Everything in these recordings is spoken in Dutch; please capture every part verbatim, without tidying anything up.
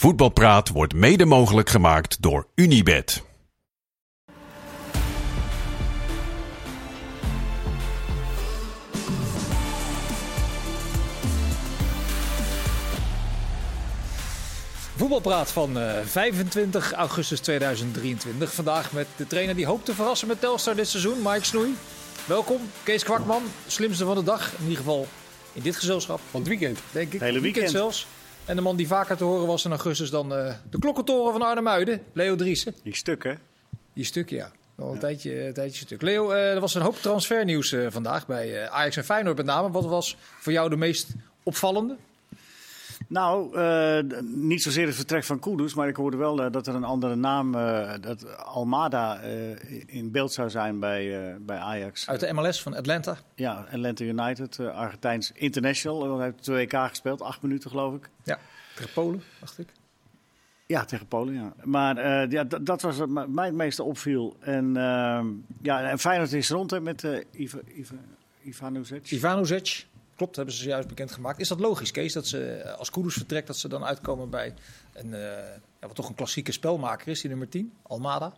Voetbalpraat wordt mede mogelijk gemaakt door Unibet. Voetbalpraat van uh, vijfentwintig augustus tweeduizend drieëntwintig. Vandaag met de trainer die hoopt te verrassen met Telstar dit seizoen, Mike Snoei. Welkom, Kees Kwakman, slimste van de dag. In ieder geval in dit gezelschap. Van het weekend. Denk ik. Hele weekend. weekend zelfs. En de man die vaker te horen was in augustus dan uh, de klokkentoren van Arnhem-Muiden, Leo Driessen. Die stukken. Die stuk, ja. Al een, ja. tijdje, een tijdje stuk. Leo, uh, er was een hoop transfernieuws uh, vandaag bij uh, Ajax en Feyenoord met name. Wat was voor jou de meest opvallende? Nou, uh, niet zozeer het vertrek van Kudus, maar ik hoorde wel uh, dat er een andere naam, uh, dat Almada uh, in beeld zou zijn bij, uh, bij Ajax. Uit de M L S van Atlanta? Ja, Atlanta United, uh, Argentijns international. Hij heeft twee W K gespeeld, acht minuten geloof ik. Ja, tegen Polen, dacht ik. Ja, tegen Polen, ja. Maar uh, ja, d- dat was wat mij het meeste opviel. En, uh, ja, en Feyenoord is rond hè, met uh, Iva, Iva, Ivanovic. Ivanovic. Klopt, hebben ze juist bekendgemaakt. Is dat logisch, Kees, dat ze als Kudus vertrekt, dat ze dan uitkomen bij een, uh, ja, wat toch een klassieke spelmaker is, die nummer tien, Almada?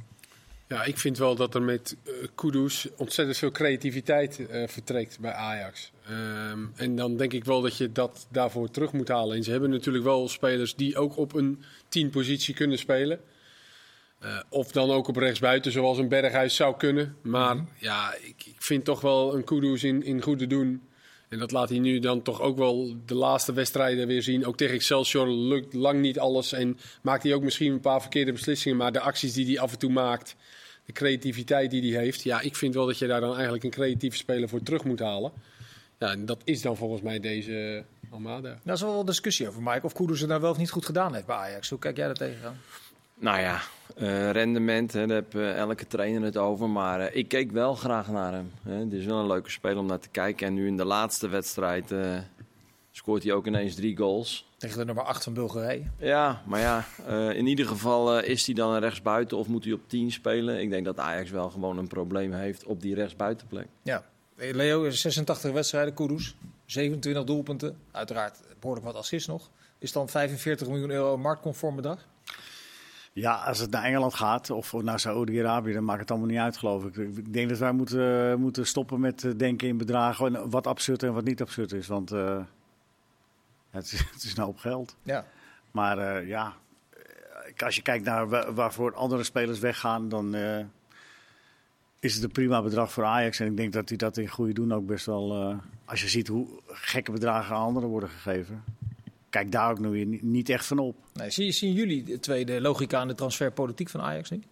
Ja, ik vind wel dat er met uh, Kudus ontzettend veel creativiteit uh, vertrekt bij Ajax. Um, en dan denk ik wel dat je dat daarvoor terug moet halen. En ze hebben natuurlijk wel spelers die ook op een tien positie kunnen spelen. Uh, of dan ook op rechtsbuiten, zoals een Berghuis zou kunnen. Maar mm-hmm. ja, ik, ik vind toch wel een Kudus in, in goede doen. En dat laat hij nu dan toch ook wel de laatste wedstrijden weer zien. Ook tegen Excelsior lukt lang niet alles. En maakt hij ook misschien een paar verkeerde beslissingen. Maar de acties die hij af en toe maakt, de creativiteit die hij heeft. Ja, ik vind wel dat je daar dan eigenlijk een creatieve speler voor terug moet halen. Ja, en dat is dan volgens mij deze Almada. Daar is wel wel discussie over, Mike. Of Kudus het nou wel of niet goed gedaan heeft bij Ajax. Hoe kijk jij daar tegenaan? Nou ja, uh, rendement, hè, daar heeft uh, elke trainer het over. Maar uh, ik keek wel graag naar hem. Hè. Het is wel een leuke speler om naar te kijken. En nu in de laatste wedstrijd uh, scoort hij ook ineens drie goals. Tegen de nummer acht van Bulgarije. Ja, maar ja, uh, in ieder geval uh, is hij dan rechtsbuiten of moet hij op tien spelen. Ik denk dat Ajax wel gewoon een probleem heeft op die rechtsbuitenplek. Ja, Leo, zesentachtig wedstrijden, Kudus, zevenentwintig doelpunten. Uiteraard behoorlijk wat assists nog. Is dan vijfenveertig miljoen euro een marktconform bedrag? Ja, als het naar Engeland gaat of naar Saoedi-Arabië, dan maakt het allemaal niet uit, geloof ik. Ik denk dat wij moeten, moeten stoppen met denken in bedragen wat absurd en wat niet absurd is. Want uh, het, is, het is nou op geld. Ja. Maar uh, ja, als je kijkt naar waarvoor andere spelers weggaan, dan uh, is het een prima bedrag voor Ajax. En ik denk dat hij dat in goede doen ook best wel... Uh, als je ziet hoe gekke bedragen aan anderen worden gegeven... Kijk daar ook nu weer niet echt van op. Nee, zien, zien jullie de tweede logica aan de transferpolitiek van Ajax niet?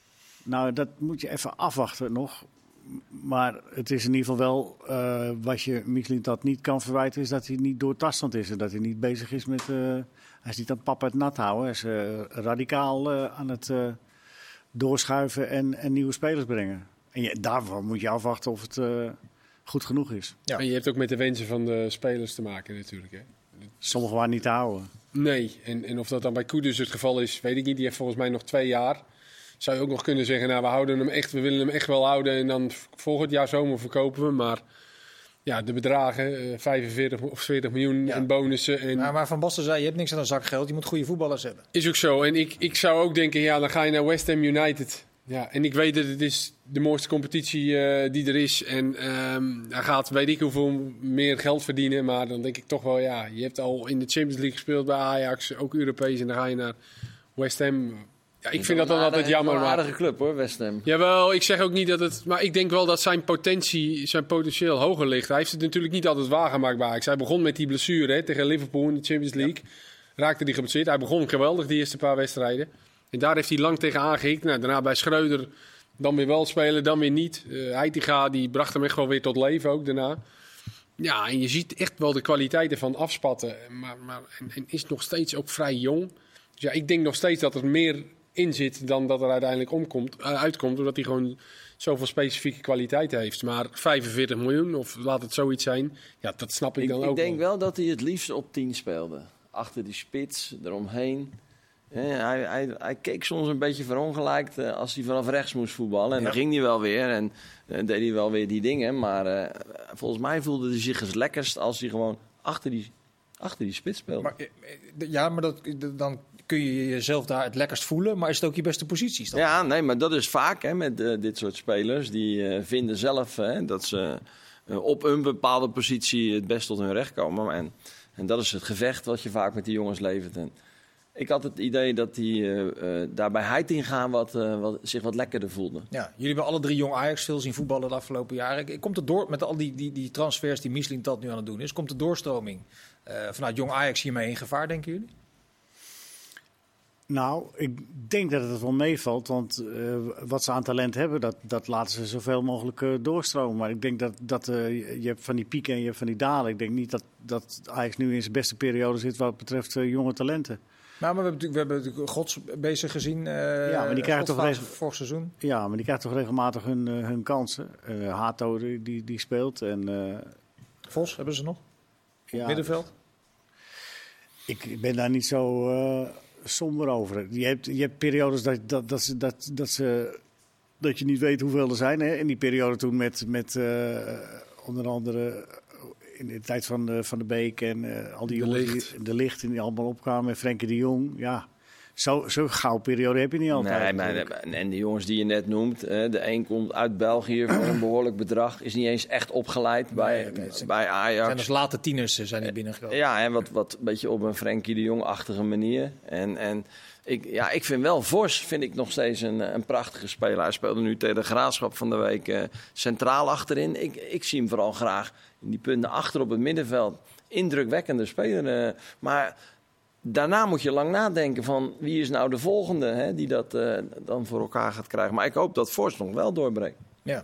Nou, dat moet je even afwachten nog. Maar het is in ieder geval wel... Uh, wat je Mislintat niet kan verwijten... is dat hij niet doortastend is. En dat hij niet bezig is met... Uh, hij is niet aan het pap uit nat houden. Hij is uh, radicaal uh, aan het uh, doorschuiven en, en nieuwe spelers brengen. En je, daarvan moet je afwachten of het uh, goed genoeg is. Ja. En je hebt ook met de wensen van de spelers te maken natuurlijk, hè? Sommigen waren niet te houden. Nee, en, en of dat dan bij Kudus het geval is, weet ik niet. Die heeft volgens mij nog twee jaar. Zou je ook nog kunnen zeggen, nou, we houden hem echt, we willen hem echt wel houden en dan volgend jaar zomer verkopen we. Maar ja, de bedragen, vijfenveertig of veertig miljoen ja. en bonussen. En... Maar, maar Van Basten zei, je hebt niks aan een zak geld, je moet goede voetballers hebben. Is ook zo. En ik, ik zou ook denken, ja, dan ga je naar West Ham United. Ja, en ik weet dat het is de mooiste competitie uh, die er is. En um, hij gaat, weet ik hoeveel, meer geld verdienen. Maar dan denk ik toch wel, ja, je hebt al in de Champions League gespeeld bij Ajax. Ook Europees. En dan ga je naar West Ham. Ja, ik vind dat dan altijd jammer. Een aardige club hoor, West Ham. Jawel, ik zeg ook niet dat het... Maar ik denk wel dat zijn potentie, zijn potentieel hoger ligt. Hij heeft het natuurlijk niet altijd waargemaakt bij Ajax. Hij begon met die blessure hè, tegen Liverpool in de Champions League. Ja. Raakte die geblesseerd. Hij begon geweldig die eerste paar wedstrijden. En daar heeft hij lang tegen aangehikt. Nou, daarna bij Schreuder dan weer wel spelen, dan weer niet. Uh, Heitinga, die bracht hem echt wel weer tot leven ook daarna. Ja, en je ziet echt wel de kwaliteiten van afspatten. Maar, maar, en, en is nog steeds ook vrij jong. Dus ja, ik denk nog steeds dat er meer in zit dan dat er uiteindelijk omkomt, uh, uitkomt. Doordat hij gewoon zoveel specifieke kwaliteiten heeft. Maar vijfenveertig miljoen, of laat het zoiets zijn, ja, dat snap ik, ik dan ik ook Ik denk wel. wel dat hij het liefst op tien speelde. Achter die spits, eromheen. Ja, hij, hij, hij keek soms een beetje verongelijkt uh, als hij vanaf rechts moest voetballen. En ja. dan ging hij wel weer en uh, deed hij wel weer die dingen. Maar uh, volgens mij voelde hij zich het lekkerst als hij gewoon achter die, achter die spits speelt. Maar, ja, maar dat, dan kun je jezelf daar het lekkerst voelen. Maar is het ook je beste positie? Dan? Ja, nee, maar dat is vaak hè, met uh, dit soort spelers. Die uh, vinden zelf hè, dat ze uh, op een bepaalde positie het best tot hun recht komen. En, en dat is het gevecht wat je vaak met die jongens levert. En ik had het idee dat die uh, uh, daar bij Heitinga wat, uh, wat, zich wat lekkerder voelden. Ja, jullie hebben alle drie jong Ajax veel zien voetballen de afgelopen jaren. Komt het door met al die, die, die transfers die Mislintat nu aan het doen is? Komt de doorstroming uh, vanuit jong Ajax hiermee in gevaar, denken jullie? Nou, ik denk dat het wel meevalt, want uh, wat ze aan talent hebben, dat, dat laten ze zoveel mogelijk uh, doorstromen. Maar ik denk dat, dat uh, je hebt van die pieken en je hebt van die dalen. Ik denk niet dat, dat Ajax nu in zijn beste periode zit wat betreft uh, jonge talenten. Nou, maar we hebben, we hebben natuurlijk Gods bezig gezien. Uh, ja, maar die krijgen toch regel... vorig seizoen. Ja, maar die krijgt toch regelmatig hun, uh, hun kansen. Uh, Hato die, die, die speelt en uh, Vos hebben ze nog? Ja, middenveld? Ik ben daar niet zo uh, somber over. Je hebt, je hebt periodes dat, dat, dat, ze, dat, dat, ze, dat je niet weet hoeveel er zijn. Hè? In die periode toen met, met uh, onder andere in de tijd van de, van de Beek en uh, al die de jongens, licht. Die, de licht die allemaal opkwamen. En Frenkie de Jong, ja. Zo'n zo gauw periode heb je niet altijd. Nee, maar, en de jongens die je net noemt, hè, de een komt uit België voor een behoorlijk bedrag, is niet eens echt opgeleid bij, nee, nee, bij Ajax. Zijn als late tieners zijn die binnengekomen. Ja, en wat, wat een beetje op een Frenkie de Jong-achtige manier. En, en ik, ja, ik vind wel Vos vind ik nog steeds een, een prachtige speler. Hij speelde nu tegen de Graafschap van de week uh, centraal achterin. Ik, ik zie hem vooral graag in die punten achter op het middenveld. Indrukwekkende speler. Uh, maar daarna moet je lang nadenken van wie is nou de volgende hè, die dat uh, dan voor elkaar gaat krijgen. Maar ik hoop dat Vos nog wel doorbreekt. Ja.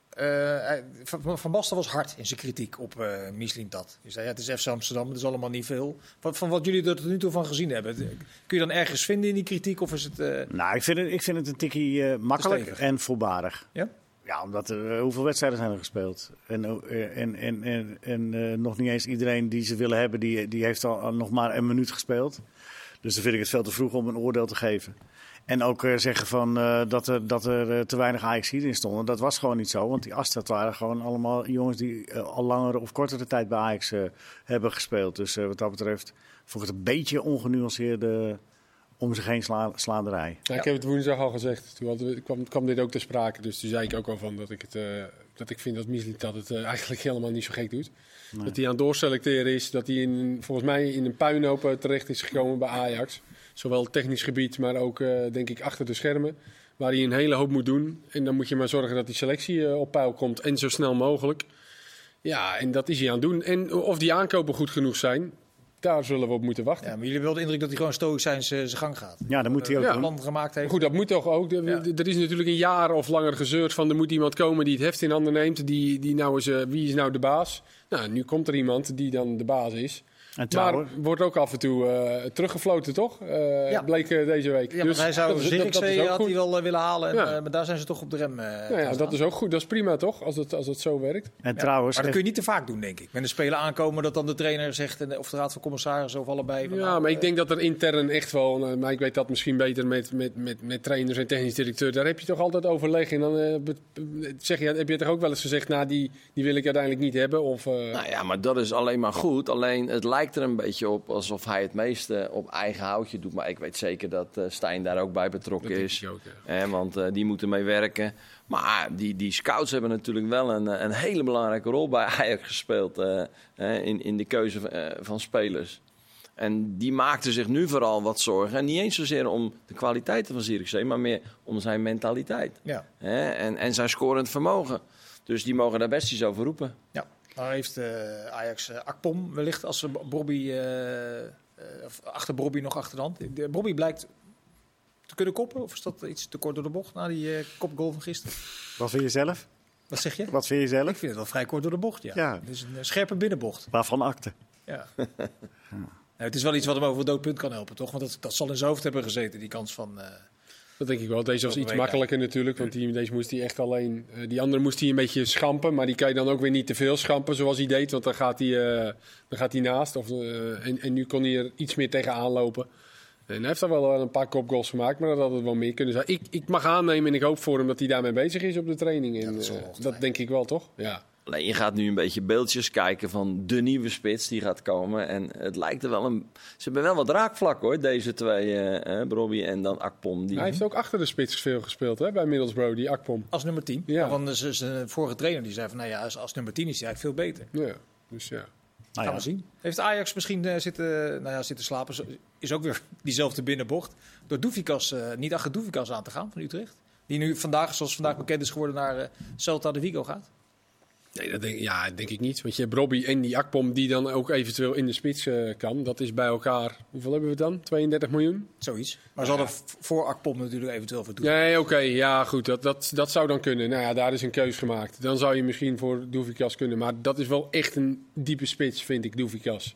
Uh, van, van Basten was hard in zijn kritiek op uh, Mislintat. Hij zei, ja, het is F C Amsterdam, het is allemaal niet veel. Van, van wat jullie er tot nu toe van gezien hebben, kun je dan ergens vinden in die kritiek? Of is het, uh... Nou, ik vind het, ik vind het een tikkie uh, makkelijk stevig. en voorbarig. Ja? Ja, omdat er uh, hoeveel wedstrijden zijn er gespeeld. En, uh, en, en, en, en uh, nog niet eens iedereen die ze willen hebben, die, die heeft al, al nog maar een minuut gespeeld. Dus dan vind ik het veel te vroeg om een oordeel te geven. En ook uh, zeggen van, uh, dat er, dat er uh, te weinig Ajax in stonden. Dat was gewoon niet zo. Want die Astad waren gewoon allemaal jongens die uh, al langere of kortere tijd bij Ajax uh, hebben gespeeld. Dus uh, wat dat betreft vond ik het een beetje ongenuanceerde om zich heen sla slaanderij. Ja, ik heb het woensdag al gezegd. Toen hadden we, kwam, kwam dit ook ter sprake. Dus toen zei ik ook al van dat ik, het, uh, dat ik vind dat Mislintat het uh, eigenlijk helemaal niet zo gek doet. Nee. Dat hij aan het doorselecteren is. Dat hij in, volgens mij in een puinhoop terecht is gekomen bij Ajax. Zowel technisch gebied, maar ook uh, denk ik achter de schermen. Waar hij een hele hoop moet doen. En dan moet je maar zorgen dat die selectie uh, op peil komt. En zo snel mogelijk. Ja, en dat is hij aan het doen. En of die aankopen goed genoeg zijn, daar zullen we op moeten wachten. Ja, maar jullie hebben wel de indruk dat hij gewoon stoïcijns zijn gang gaat. Ja, dat moet hij ook uh, doen. Plan gemaakt heeft. Goed, dat moet toch ook. Er, ja. er is natuurlijk een jaar of langer gezeurd van er moet iemand komen die het heft in handen neemt. Die, die nou is, uh, wie is nou de baas? Nou, nu komt er iemand die dan de baas is. Maar wordt ook af en toe uh, teruggefloten, toch? Uh, ja. Bleek uh, deze week. Ja, dus hij zou Zirkzee had goed. hij wel uh, willen halen. En, ja. uh, maar daar zijn ze toch op de rem. Uh, nou ja, dat is ook goed. Dat is prima, toch? Als het, als het zo werkt. En ja. trouwens, maar dat kun je niet te vaak doen, denk ik. Met een speler aankomen dat dan de trainer zegt, en, of de raad van commissarissen of allebei. Van, ja, nou, maar uh, ik denk dat er intern echt wel... Uh, maar ik weet dat misschien beter met, met, met, met trainers en technisch directeur. Daar heb je toch altijd overleg. En dan uh, zeg je, heb je toch ook wel eens gezegd, nou, die, die wil ik uiteindelijk niet hebben? Of, uh... Nou ja, maar dat is alleen maar goed. Alleen het lijkt er een beetje op alsof hij het meeste op eigen houtje doet. Maar ik weet zeker dat uh, Stijn daar ook bij betrokken dat is. Ook, ja. eh, want uh, die moeten mee werken. Maar die, die scouts hebben natuurlijk wel een, een hele belangrijke rol bij Ajax gespeeld. Uh, uh, in, in de keuze uh, van spelers. En die maakten zich nu vooral wat zorgen. En niet eens zozeer om de kwaliteiten van Zirkzee, maar meer om zijn mentaliteit. Ja. Eh, en, en zijn scorend vermogen. Dus die mogen daar best iets over roepen. Ja. Nou heeft uh, Ajax uh, Akpom wellicht als ze Bobby... Uh, Uh, achter Bobby nog achter de hand. De, Bobby blijkt te kunnen koppen. Of is dat iets te kort door de bocht na die uh, kopgoal van gisteren? Wat vind je zelf? Wat zeg je? Wat vind je zelf? Ik vind het wel vrij kort door de bocht, ja. ja. Het is een uh, scherpe binnenbocht. Waarvan akte? Ja. ja. Nou, het is wel iets wat hem over het doodpunt kan helpen, toch? Want dat, dat zal in zijn hoofd hebben gezeten, die kans van... Uh, Dat denk ik wel. Deze was iets makkelijker natuurlijk. Want die, deze moest hij echt alleen... Uh, die andere moest hij een beetje schampen. Maar die kan je dan ook weer niet te veel schampen zoals hij deed. Want dan gaat hij, uh, dan gaat hij naast. Of, uh, en, en nu kon hij er iets meer tegenaan lopen. En hij heeft er wel een paar kopgoals gemaakt. Maar dat had het wel meer kunnen zijn. Ik, ik mag aannemen en ik hoop voor hem dat hij daarmee bezig is op de training. En, ja, dat, uh, dat denk ik wel, toch? Ja. Alleen je gaat nu een beetje beeldjes kijken van de nieuwe spits die gaat komen. En het lijkt er wel een... Ze hebben wel wat raakvlak hoor, deze twee. Uh, Brobby en dan Akpom. Die... Hij heeft ook achter de spits veel gespeeld hè, bij Middlesbrough, die Akpom. Als nummer tien. Ja. Ja. Want zijn vorige trainer die zei van, nou ja, als, als nummer tien is hij eigenlijk veel beter. Ja, dus ja. Gaan Nou we ja. zien. Heeft Ajax misschien uh, zitten, nou ja, zitten slapen? Zo- Is ook weer diezelfde binnenbocht. Door Doufikas, uh, niet achter Doufikas aan te gaan van Utrecht. Die nu vandaag, zoals vandaag bekend is geworden, naar uh, Celta de Vigo gaat. Nee, dat denk, ja, denk ik niet. Want je hebt Brobby en die Akpom die dan ook eventueel in de spits uh, kan. Dat is bij elkaar, hoeveel hebben we dan? tweeëndertig miljoen? Zoiets. Maar ze hadden v- voor Akpom natuurlijk eventueel voor Doufikas. Nee, oké. Okay, ja, goed. Dat, dat, dat zou dan kunnen. Nou ja, daar is een keus gemaakt. Dan zou je misschien voor Doufikas kunnen. Maar dat is wel echt een diepe spits, vind ik, Doufikas.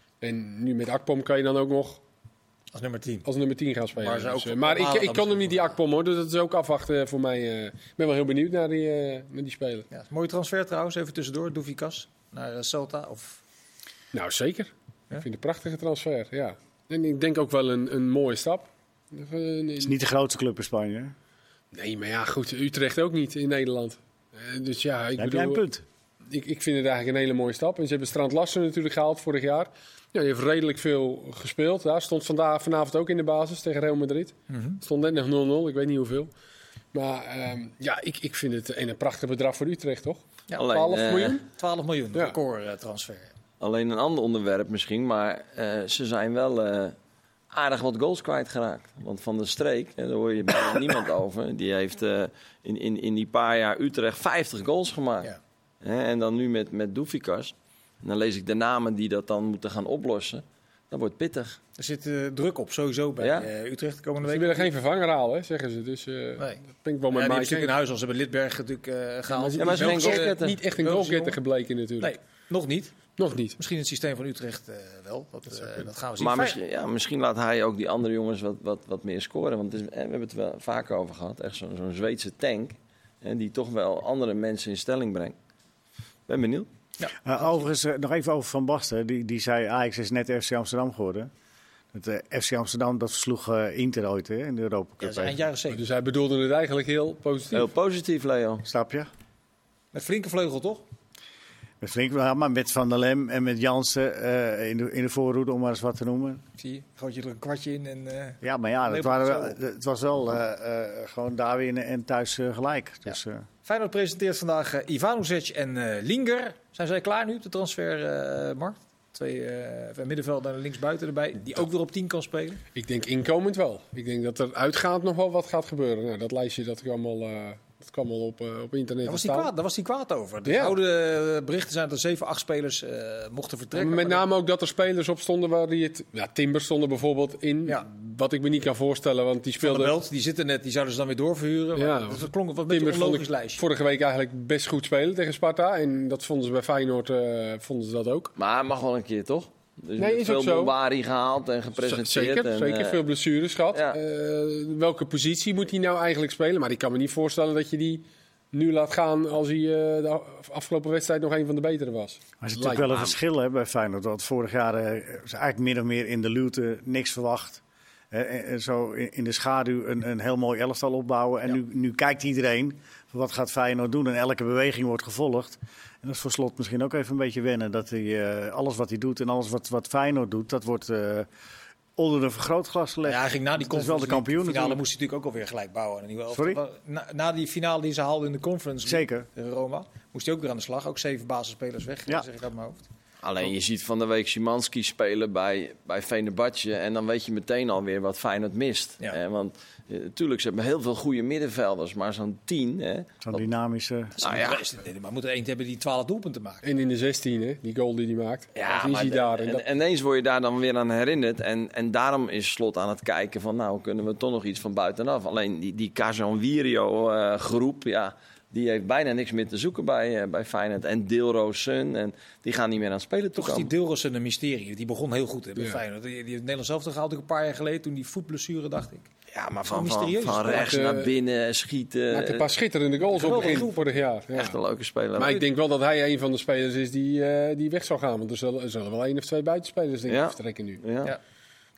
En nu met Akpom kan je dan ook nog Als nummer tien. als nummer tien gaan spelen. Maar ze Dus, ook uh, maar ik, normale ik kan hem niet, die Akpom, hoor. Dus dat is ook afwachten voor mij. uh, Ik ben wel heel benieuwd naar die, uh, naar die speler. Ja, mooie transfer trouwens, even tussendoor. Doufikas naar uh, Celta. Of... Nou, zeker. Ja? Ik vind het een prachtige transfer, ja. En ik denk ook wel een, een mooie stap. Uh, Het is niet de grootste club in Spanje. hè? Nee, maar ja, goed. Utrecht ook niet in Nederland. Uh, dus ja, ik Dan heb bedoel... jij een punt. Ik, ik vind het eigenlijk een hele mooie stap. En ze hebben Strand Larsen natuurlijk gehaald vorig jaar. Ja, die heeft redelijk veel gespeeld. Daar stond vandaag, vanavond ook in de basis tegen Real Madrid. Mm-hmm. Stond net nog nul nul, ik weet niet hoeveel. Maar ehm, ja, ik, ik vind het een, een prachtig bedrag voor Utrecht, toch? Ja, Alleen, twaalf eh, miljoen? twaalf miljoen, Ja. record uh, transfer. Alleen een ander onderwerp misschien, maar uh, ze zijn wel uh, aardig wat goals kwijtgeraakt. Want Van der Streek, hè, daar hoor je bijna niemand over, die heeft uh, in, in, in die paar jaar Utrecht vijftig goals gemaakt. Ja. Hè, en dan nu met, met Doufikas. En dan lees ik de namen die dat dan moeten gaan oplossen. Dat wordt pittig. Er zit uh, druk op, sowieso bij Ja. uh, Utrecht de komende Ze week. willen geen vervanger halen, hè, zeggen ze. Dus uh, Nee. dat ben ik wel Ja, met die mij. hebben natuurlijk in huis al. Ze hebben Lidberg natuurlijk uh, gehaald. Ja, maar ze zijn Belgische- goalgetter. Niet echt een Belgische goalgetter jongen. gebleken natuurlijk. Nee, nog niet. Nog niet. Misschien het systeem van Utrecht uh, wel. Dat, zou uh, kunnen. dat gaan we zien. Maar Fijn- misschien, ja, misschien laat hij ook die andere jongens wat, wat, wat meer scoren. Want het is, eh, we hebben het wel vaker over gehad. Echt zo'n zo'n Zweedse tank. Hè, die toch wel andere mensen in stelling brengt. Ben benieuwd. Uh, overigens, uh, nog even over Van Basten. Die, die zei Ajax is net F C Amsterdam geworden. Het uh, F C Amsterdam dat versloeg uh, Inter ooit hè, in de Europa Ja, Cup. dat is eind jaren zeventig. Dus hij bedoelde het eigenlijk heel positief. Heel positief, Leo. Snap je? Met flinke vleugel, toch? Met Flink, maar met Van der Lem en met Jansen uh, in, de, in de voorhoede, om maar eens wat te noemen. Zie je? Goot je er een kwartje in en... uh, Ja, maar ja, dat Lepelt waren het wel, het was wel uh, uh, gewoon daar weer en thuis uh, gelijk. Dus, uh, Feyenoord presenteert vandaag uh, Ivanovic en uh, Linger. Zijn zij klaar nu op de transfermarkt? Twee uh, middenvelden en linksbuiten erbij. Die ook weer op tien kan spelen. Ik denk inkomend wel. Ik denk dat er uitgaand nog wel wat gaat gebeuren. Nou, dat lijstje dat kwam al, uh, dat kwam al op, uh, op internet Daar was, te hij staan. kwaad, daar was hij kwaad over. De Ja. oude uh, berichten zijn dat er zeven, acht spelers uh, mochten vertrekken. En met Maar name ook dat er spelers op stonden waar die het... Ja, Timber stond er bijvoorbeeld in. Ja. Wat ik me niet kan voorstellen, want die Van der speelde... Belt, die zitten net, die zouden ze dan weer doorverhuren. Ja. Maar dat klonk wat een beetje Timber een vond onlogisch ik lijstje. vorige week eigenlijk best goed spelen tegen Sparta. En dat vonden ze bij Feyenoord uh, vonden ze dat ook. Maar hij mag wel een keer, toch? Dus Nee, met is veel ook zo. Bombari gehaald en gepresenteerd. Zeker, en, zeker eh, veel blessures gehad. ja. Uh, welke positie moet hij nou eigenlijk spelen? Maar ik kan me niet voorstellen dat je die nu laat gaan als hij uh, de afgelopen wedstrijd nog een van de betere was. maar er is Lijkt natuurlijk wel me een aan. verschil hè, bij Feyenoord. Want vorig jaar uh, is eigenlijk min of meer in de luwte niks verwacht. Uh, en, en zo in, in de schaduw een, een heel mooi elftal opbouwen. En Ja. nu, nu kijkt iedereen van wat gaat Feyenoord doen. En elke beweging wordt gevolgd. En dat is voor Slot misschien ook even een beetje wennen. Dat hij, uh, alles wat hij doet en alles wat, wat Feyenoord doet, dat wordt uh, onder een vergrootglas gelegd. Ja, hij ging na die Dat is wel de Conference kampioen League finale natuurlijk. moest hij natuurlijk ook alweer gelijk bouwen. Een nieuwe elftal. Sorry? Na, na die finale die ze haalden in de Conference League, Zeker. tegen Roma, moest hij ook weer aan de slag. Ook zeven basisspelers weg, Ja. zeg ik uit mijn hoofd. Alleen je ziet van de week Szymanski spelen bij, bij Fenerbahce. En dan weet je meteen alweer wat Feyenoord mist. Ja. Hè, want natuurlijk, ze hebben heel veel goede middenvelders. Maar zo'n tien... Hè, Zo'n dat- dynamische... nou ja, Maar moet er eentje hebben die twaalf doelpunten maakt. En in de zestien, hè, die goal die hij maakt. Ja, dat is maar hij de- daar. En en, dat, en ineens word je daar dan weer aan herinnerd. En, en daarom is Slot aan het kijken van... nou, kunnen we toch nog iets van buitenaf. Alleen die, die Casanvirio-groep... ja, die heeft bijna niks meer te zoeken bij, uh, bij Feyenoord. En Dilrosun, Sun, en die gaan niet meer aan het spelen Toch is die toekomen. Deelros een mysterie. Die begon heel goed hè, bij Ja. Feyenoord. Die, die heeft Nederland zelf gehaald ook een paar jaar geleden. Toen die voetblessure, dacht ik. Ja, maar Zo'n van, van, mysterieuze van speler. rechts Maakt, naar uh, binnen schieten. maakt een paar schitterende goals op geweldige begin goal. vorig jaar. Ja. Echt een leuke speler. Maar ik denk wel dat hij een van de spelers is die, uh, die weg zou gaan. Want er zullen, er zullen wel één of twee buitenspelers denk ik Ja. vertrekken nu. ja. Ja.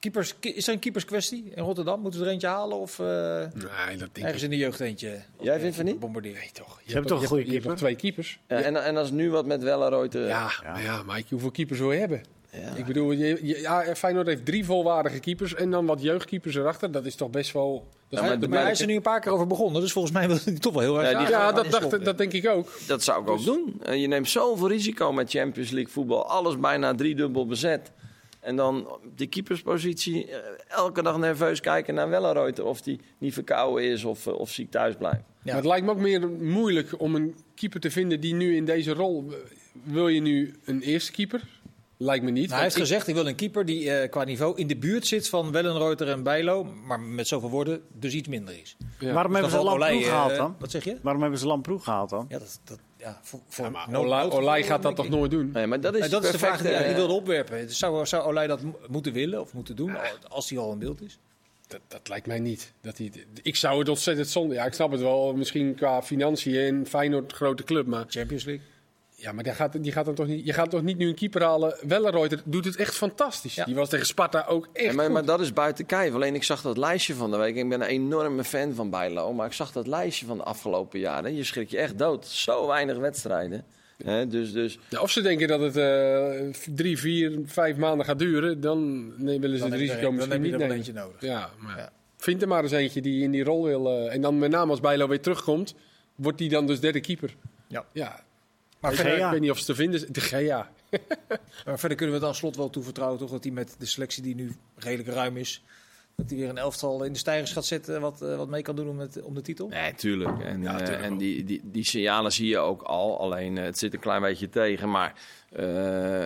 Keepers, is er een keeperskwestie in Rotterdam? Moeten we er eentje halen of uh, Nee, dat denk ergens ik. in de jeugd eentje? Jij vindt van niet? Bombarderen. Nee, toch. Ze hebben toch een goede je hebt keeper? nog twee keepers. Ja, en, en als nu wat met Welleroyte... Ja, Ja. maar ja, Mike, hoeveel keepers wil je hebben? Ja. Ik bedoel, je, je, ja, Feyenoord heeft drie volwaardige keepers en dan wat jeugdkeepers erachter. Dat is toch best wel... Dat is maar wel- de- Maar hij is er nu een paar keer over begonnen, dus volgens mij wil hij toch wel heel erg Ja, die- graag ja, aan dat, de dacht, schop, dat denk ik ook. Dat zou ik ook doen. Eh, je neemt zoveel risico met Champions League voetbal. Alles bijna driedubbel bezet. En dan op die keeperspositie eh, elke dag nerveus kijken naar Welleroyte. Of die niet verkouden is of, eh, of ziek thuis blijft. Ja. Maar het lijkt me ook meer moeilijk om een keeper te vinden die nu in deze rol... Wil je nu een eerste keeper? Lijkt me niet. Nou, hij heeft want ik- gezegd, ik wil een keeper die uh, qua niveau in de buurt zit van Wellenreuter en Bijlo. Maar met zoveel woorden dus iets minder is. Ja. Waarom hebben ze Dan valt Lamproe Olij, gehaald uh, dan? Wat zeg je? Waarom hebben ze Lamproe gehaald dan? Ja, dat, dat, ja, voor, voor Ja, maar nood- Olij, noodgevallen, Olij gaat dat denk toch ik. nooit doen? Nee, maar dat is, Nee, dat is de vraag perfecte, die hij eh, wilde opwerpen. Zou, zou Olij dat mo- moeten willen of moeten doen, als hij al in beeld is? Dat, dat lijkt mij niet. Dat hij, ik zou het ontzettend zonde... Ja, ik snap het wel. Misschien qua financiën en Feyenoord grote club. Maar, Champions League. ja, maar die gaat, die gaat dan toch niet, je gaat toch niet nu een keeper halen. Welleroyter doet het echt fantastisch. Ja. Die was tegen Sparta ook echt Ja, maar, goed. maar dat is buiten kijf. Alleen ik zag dat lijstje van de week. Ik ben een enorme fan van Bijlo. Maar ik zag dat lijstje van de afgelopen jaren. Je schrik je echt dood. Zo weinig wedstrijden. Hè, dus, dus Ja, of ze denken dat het eh, drie, vier, vijf maanden gaat duren. Dan nee, willen ze Dan het heb je risico er- dan misschien heb je niet er wel nemen. eentje nodig. Ja, maar Ja. vind er maar eens eentje die in die rol wil. eh, en dan met name als Bijlo weer terugkomt, wordt die dan dus derde keeper. Ja. Ja. Maar De verder, Ik Gea. weet niet of ze te vinden zijn. De Gea. maar verder kunnen we het aan slot wel toevertrouwen, toch? Dat hij met de selectie die nu redelijk ruim is, dat hij weer een elftal in de stijgers gaat zetten wat, uh, wat mee kan doen om, het, om de titel. nee, tuurlijk. En, Ja, eh, tuurlijk en wel. die, die, die signalen zie je ook al. Alleen eh, het zit een klein beetje tegen. Maar eh,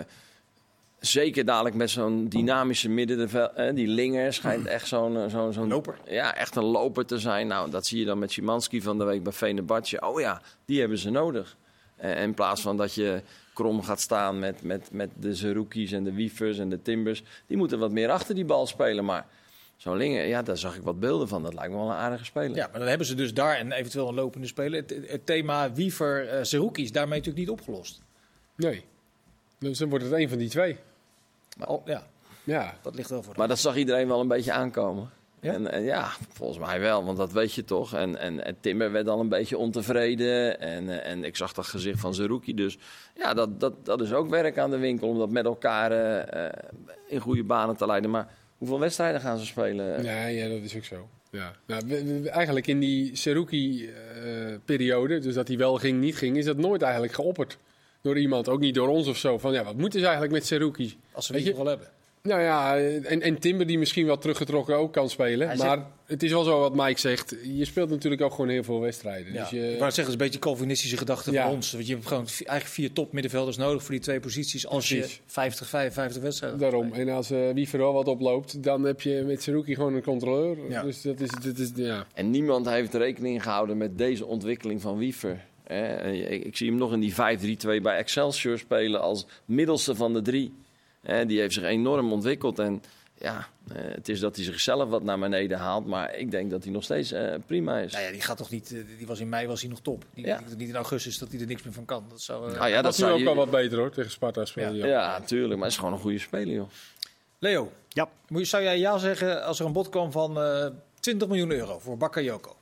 zeker dadelijk met zo'n dynamische middenveld. Eh, die Linger schijnt echt zo'n... eh, zo'n zo'n Loper. Ja, echt een loper te zijn. Nou, dat zie je dan met Szymanski van de week bij Fenerbahce. Oh ja, die hebben ze nodig. Eh, in plaats van dat je krom gaat staan met, met, met de Zeroukis en de Wiefers en de Timbers. Die moeten wat meer achter die bal spelen. Maar zo'n Linger, ja, daar zag ik wat beelden van. Dat lijkt me wel een aardige speler. Ja, maar dan hebben ze dus daar en eventueel een lopende speler. Het, het thema Wiever, uh, Zerouki is daarmee natuurlijk niet opgelost. Nee. Dus dan wordt het een van die twee. Maar al, ja, Ja. dat ligt wel voor de Maar dat zag iedereen wel een beetje aankomen. Ja? En, en ja, volgens mij wel, want dat weet je toch. En, en, en Timber werd al een beetje ontevreden. En, eh, en ik zag dat gezicht van Zerouki. Dus ja, dat, dat, dat is ook werk aan de winkel om dat met elkaar uh, in goede banen te leiden. Maar hoeveel wedstrijden gaan ze spelen? Nee, ja, dat is ook zo. Ja. Nou, we- we- eigenlijk in die Seruki-periode, dus dat hij wel ging, niet ging, is dat nooit eigenlijk geopperd door iemand. Ook niet door ons of zo. Van ja, wat moeten ze eigenlijk met Seruki? Als ze Weet die je? wel hebben. Nou ja, en, en Timber die misschien wel teruggetrokken ook kan spelen. Hij maar zegt- het is wel zo wat Mike zegt. Je speelt natuurlijk ook gewoon heel veel wedstrijden. Ja. Dus Ik je, wou zeggen, het is een beetje Calvinistische gedachte Ja. van ons. Want je hebt gewoon vi- eigenlijk vier topmiddenvelders nodig voor die twee posities. Als Precies. je vijftig, vijfenvijftig wedstrijden daarom. gaat spelen. En als uh, Wiever wel wat oploopt, dan heb je met Seruki gewoon een controleur. Ja. Dus dat is, dat is, ja. En niemand heeft rekening gehouden met deze ontwikkeling van Wiever. Eh, ik, ik zie hem nog in die vijf drie twee bij Excelsior spelen als middelste van de drie. Eh, die heeft zich enorm ontwikkeld. En ja, eh, het is dat hij zichzelf wat naar beneden haalt. Maar ik denk dat hij nog steeds eh, prima is. Nou ja, die gaat toch niet. eh, Die was in mei was hij nog top. Die, Ja. Ik denk niet in augustus dat hij er niks meer van kan. Dat zou. eh, Nou ja, dat dat is nu zou ook je- wel wat beter hoor, tegen Sparta spelen. Ja. Ja. Ja, natuurlijk. Maar het is gewoon een goede speler, joh. Leo, Ja. moet je, zou jij ja zeggen als er een bod kwam van eh twintig miljoen euro voor Bakayoko?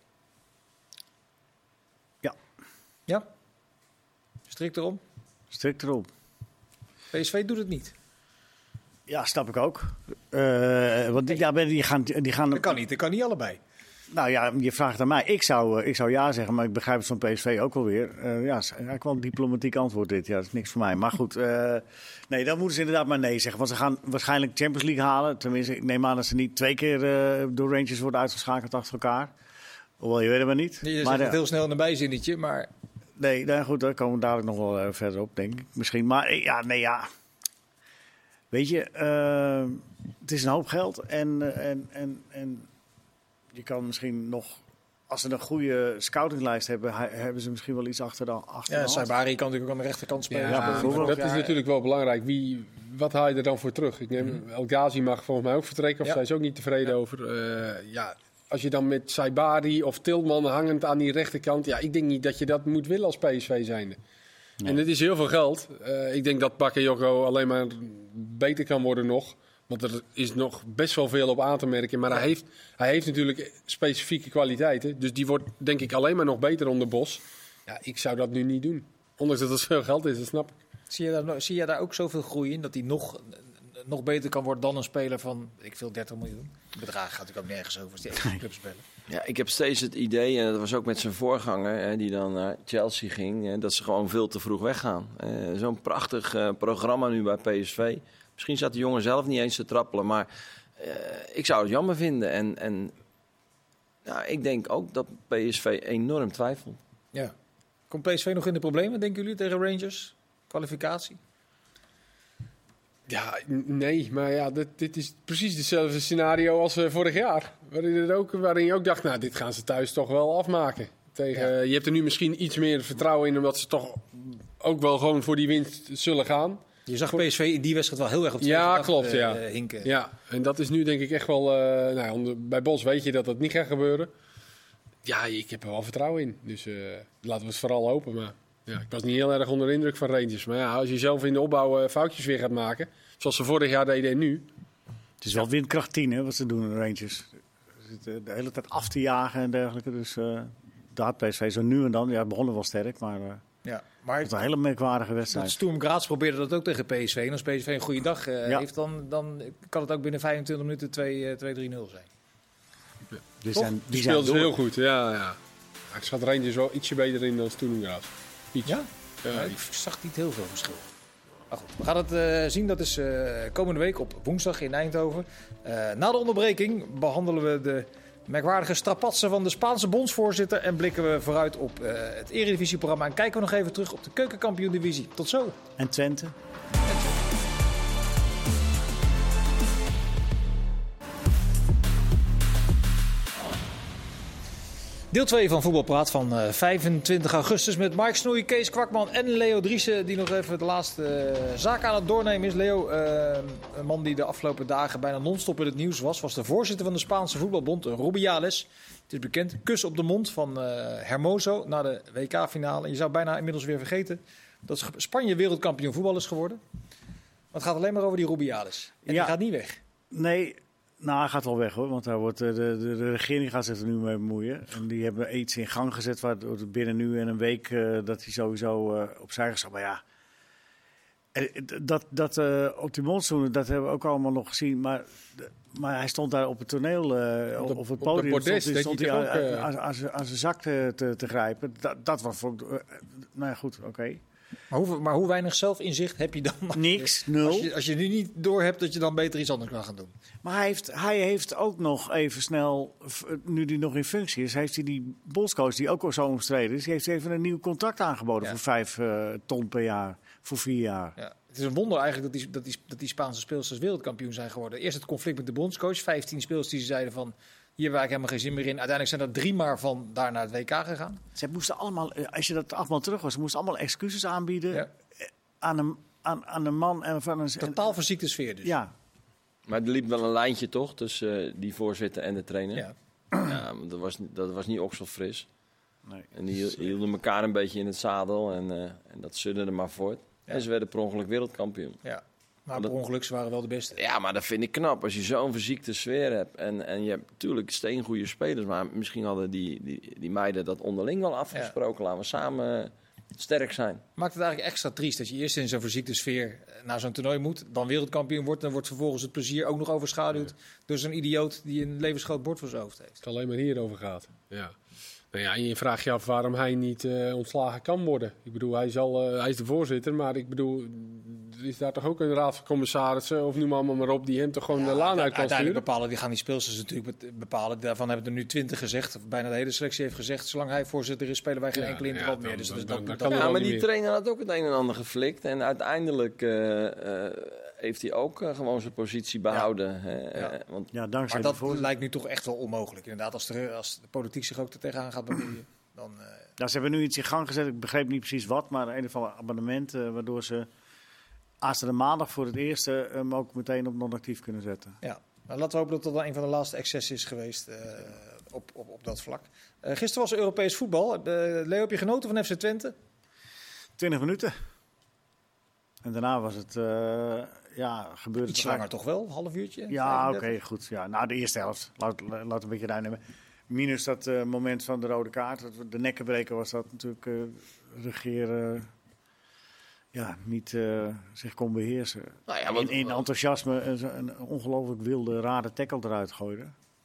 Ja. Ja? Strikt erom. Strikt erop. P S V doet het niet. Ja, snap ik ook. Eh, want die, ja, die gaan, die gaan Dat kan niet. Dat kan niet allebei. Nou ja, je vraagt aan mij. Ik zou, eh, ik zou ja zeggen, maar ik begrijp het van P S V ook wel weer. Uh, ja, is eigenlijk wel een diplomatiek antwoord dit. Ja, dat is niks voor mij. Maar goed, uh, nee, dan moeten ze inderdaad maar nee zeggen. Want ze gaan waarschijnlijk Champions League halen. Tenminste, ik neem aan dat ze niet twee keer uh, door Rangers worden uitgeschakeld achter elkaar. Hoewel, je weet het maar niet. Je maar, zegt het uh, heel snel in een bijzinnetje, maar... Nee, nou goed, daar komen we dadelijk nog wel uh, verder op, denk ik. Misschien, maar uh, ja, nee, ja. Weet je, uh, het is een hoop geld en... Uh, en, en, en je kan misschien nog, als ze een goede scoutinglijst hebben, hebben ze misschien wel iets achter de, achter Ja, de hand. Saibari kan natuurlijk ook aan de rechterkant spelen. Ja, bijvoorbeeld. dat Ja, is natuurlijk wel belangrijk. Wie, wat haal je er dan voor terug? Ik neem, Mhm. El Ghazi mag volgens mij ook vertrekken, of Ja. zij is ook niet tevreden over. Uh, ja, als je dan met Saibari of Tilman hangend aan die rechterkant, ja, ik denk niet dat je dat moet willen als P S V zijnde. Nee. En het is heel veel geld. Uh, ik denk dat Bakayoko alleen maar beter kan worden nog. Want er is nog best wel veel op aan te merken. Maar hij heeft, hij heeft natuurlijk specifieke kwaliteiten. Dus die wordt denk ik alleen maar nog beter onder Bos. Ja, ik zou dat nu niet doen. Ondanks dat het veel geld is, dat snap ik. Zie je daar, zie je daar ook zoveel groei in? Dat hij nog, nog beter kan worden dan een speler van, ik veel, dertig miljoen? Het bedrag gaat natuurlijk ook nergens over als die één club spelen. Ja, ik heb steeds het idee, en dat was ook met zijn voorganger, hè, die dan naar Chelsea ging, hè, dat ze gewoon veel te vroeg weggaan. Uh, Zo'n prachtig uh, programma nu bij P S V. Misschien zat de jongen zelf niet eens te trappelen, maar uh, ik zou het jammer vinden. En, en nou, ik denk ook dat P S V enorm twijfelt. Ja. Komt P S V nog in de problemen, denken jullie, tegen Rangers? Kwalificatie? Ja, n- nee, maar ja, dit, dit is precies hetzelfde scenario als uh, vorig jaar. Waarin, het ook, waarin je ook dacht, nou, dit gaan ze thuis toch wel afmaken. Tegen, Ja. Je hebt er nu misschien iets meer vertrouwen in, omdat ze toch ook wel gewoon voor die winst zullen gaan. Je zag P S V in die wedstrijd wel heel erg op twee Ja, gedacht, klopt, uh, ja. hinken. Ja, en dat is nu denk ik echt wel... Uh, nou ja, onder- bij Bos weet je dat dat niet gaat gebeuren. Ja, ik heb er wel vertrouwen in. Dus uh, laten we het vooral hopen. Maar ja, ik was niet heel erg onder de indruk van Rangers. Maar ja, als je zelf in de opbouw uh, foutjes weer gaat maken, zoals ze vorig jaar deden en nu... Het is wel windkracht tien, hè, wat ze doen, de Rangers. Ze zitten de hele tijd af te jagen en dergelijke. Dus uh, daar had P S V zo nu en dan. Ja, het begonnen wel sterk, maar uh, Ja, maar het was een hele merkwaardige wedstrijd. Sturm Graz probeerde dat ook tegen P S V. En als P S V een goede dag uh, Ja. heeft, dan, dan kan het ook binnen vijfentwintig minuten twee drie nul zijn. Die Toch? zijn, Die die zijn speelden ze door. heel goed, ja, ja. Ik schat Rangers wel ietsje beter in dan Sturm Graz. Iets. Ja? Ja, Ja, ik- ik zag niet heel veel verschil. Maar goed, we gaan het uh, zien. Dat is uh, komende week op woensdag in Eindhoven. Uh, na de onderbreking behandelen we de merkwaardige strapatsen van de Spaanse bondsvoorzitter. En blikken we vooruit op uh, het Eredivisieprogramma. En kijken we nog even terug op de Keukenkampioen-divisie. Tot zo. En Twente. Deel twee van Voetbalpraat van uh, vijfentwintig augustus met Mike Snoei, Kees Kwakman en Leo Driessen. Die nog even de laatste uh, zaak aan het doornemen is. Leo, uh, een man die de afgelopen dagen bijna non-stop in het nieuws was, was de voorzitter van de Spaanse voetbalbond, Rubiales. Het is bekend, kus op de mond van uh, Hermoso na de W K-finale. En je zou bijna inmiddels weer vergeten dat Spanje wereldkampioen voetbal is geworden. Maar het gaat alleen maar over die Rubiales. En Ja. die gaat niet weg. Nee, nou, hij gaat wel weg hoor. Want daar wordt, uh, de, de, de regering gaat zich er nu mee bemoeien. En die hebben iets in gang gezet waardoor het binnen nu en een week uh, dat hij sowieso uh, opzij gaat. Maar ja, eh, dat, dat uh, op die mondzoenen, dat hebben we ook allemaal nog gezien. Maar, de, maar hij stond daar op het toneel, uh, Op de- of het op de podium, podest, stond, stond denk hij ik aan, ook, uh, aan, aan, zijn- aan zijn zak te, te, te grijpen. Dat, dat was voor, uh, nou ja, goed, oké. Okay. Maar hoe, maar hoe weinig zelfinzicht heb je dan? Niks, nul. Als je, als je nu niet door hebt dat je dan beter iets anders kan gaan doen. Maar hij heeft, hij heeft ook nog even snel, v- nu hij nog in functie is, heeft hij die bondscoach die ook al zo omstreden is, die heeft even een nieuw contract aangeboden Ja. voor vijf uh, ton per jaar, voor vier jaar. Ja. Het is een wonder eigenlijk dat die, dat die, dat die Spaanse speelsters wereldkampioen zijn geworden. Eerst het conflict met de bondscoach. vijftien speelsters die zeiden van, hier waar ik helemaal geen zin meer in. Uiteindelijk zijn er drie maar van daar naar het W K gegaan. Ze moesten allemaal, eh, als je dat allemaal terug was, ze moesten allemaal excuses aanbieden Ja. aan, een, aan, aan een man en van een... Totaal verziekte sfeer dus. Ja, Maar er liep wel een lijntje toch tussen uh, die voorzitter en de trainer. Ja. Ja, maar dat was, dat was niet okselfris. nee. En die hiel- hielden elkaar een beetje in het zadel en, uh, en dat sudderde maar voort. Ja. En ze werden per ongeluk wereldkampioen. Ja. Maar Dat- per ongeluk, ze waren wel de beste. Ja, maar dat vind ik knap. Als je zo'n verziekte sfeer hebt. En, en je hebt natuurlijk steengoede spelers. Maar misschien hadden die, die, die meiden dat onderling wel afgesproken. Laten we samen uh, sterk zijn. Maakt het eigenlijk extra triest dat je eerst in zo'n verziekte sfeer naar zo'n toernooi moet. Dan wereldkampioen wordt. Dan wordt vervolgens het plezier ook nog overschaduwd door zo'n idioot die een levensgroot bord voor zijn hoofd heeft. Het alleen maar hierover gaat. Ja. Nou ja, en je vraagt je af waarom hij niet uh, ontslagen kan worden. Ik bedoel, hij, zal, uh, hij is de voorzitter, maar ik bedoel, er is daar toch ook een raad van commissarissen, of noem allemaal maar op, die hem toch gewoon de laan uit kan Uiteindelijk sturen? bepalen, die gaan die speelsters natuurlijk bepalen. Daarvan hebben er nu twintig gezegd, of bijna de hele selectie heeft gezegd, zolang hij voorzitter is, spelen wij geen Ja, enkele ja, interland dan- meer. Dus dan- dat, dan- dat, dan dat- kan er Ja, wel maar niet die meer. trainer had ook het een en ander geflikt. En uiteindelijk uh, uh, heeft hij ook uh, gewoon zijn positie behouden. hè. Ja. Uh, want Ja, dankzij maar de dat voorzitter. lijkt nu toch echt wel onmogelijk. Inderdaad, als, er, als de politiek zich ook er tegenaan gaat bemoeien, dan... Uh, Ja, ze hebben nu iets in gang gezet, ik begreep niet precies wat, maar een of ander abonnement, uh, waardoor ze aanstaande maandag voor het eerst uh, hem ook meteen op non-actief kunnen zetten. Ja, maar laten we hopen dat dat dan een van de laatste excessen is geweest uh, op, op, op dat vlak. Uh, gisteren was er Europees voetbal. Uh, Leo, heb je genoten van F C Twente? twintig minuten. En daarna was het, uh, ja, gebeurde Iets toch langer toch wel, een half uurtje? Ja, oké, vijfendertig? goed. Ja. Nou, de eerste helft. Laat, laat een beetje ruim nemen. Minus dat uh, moment van de rode kaart. De nekkenbreker was dat natuurlijk uh, regeren ja, niet uh, zich kon beheersen. Nou ja, wat, in, in enthousiasme een, een ongelooflijk wilde, rare tackle eruit gooide.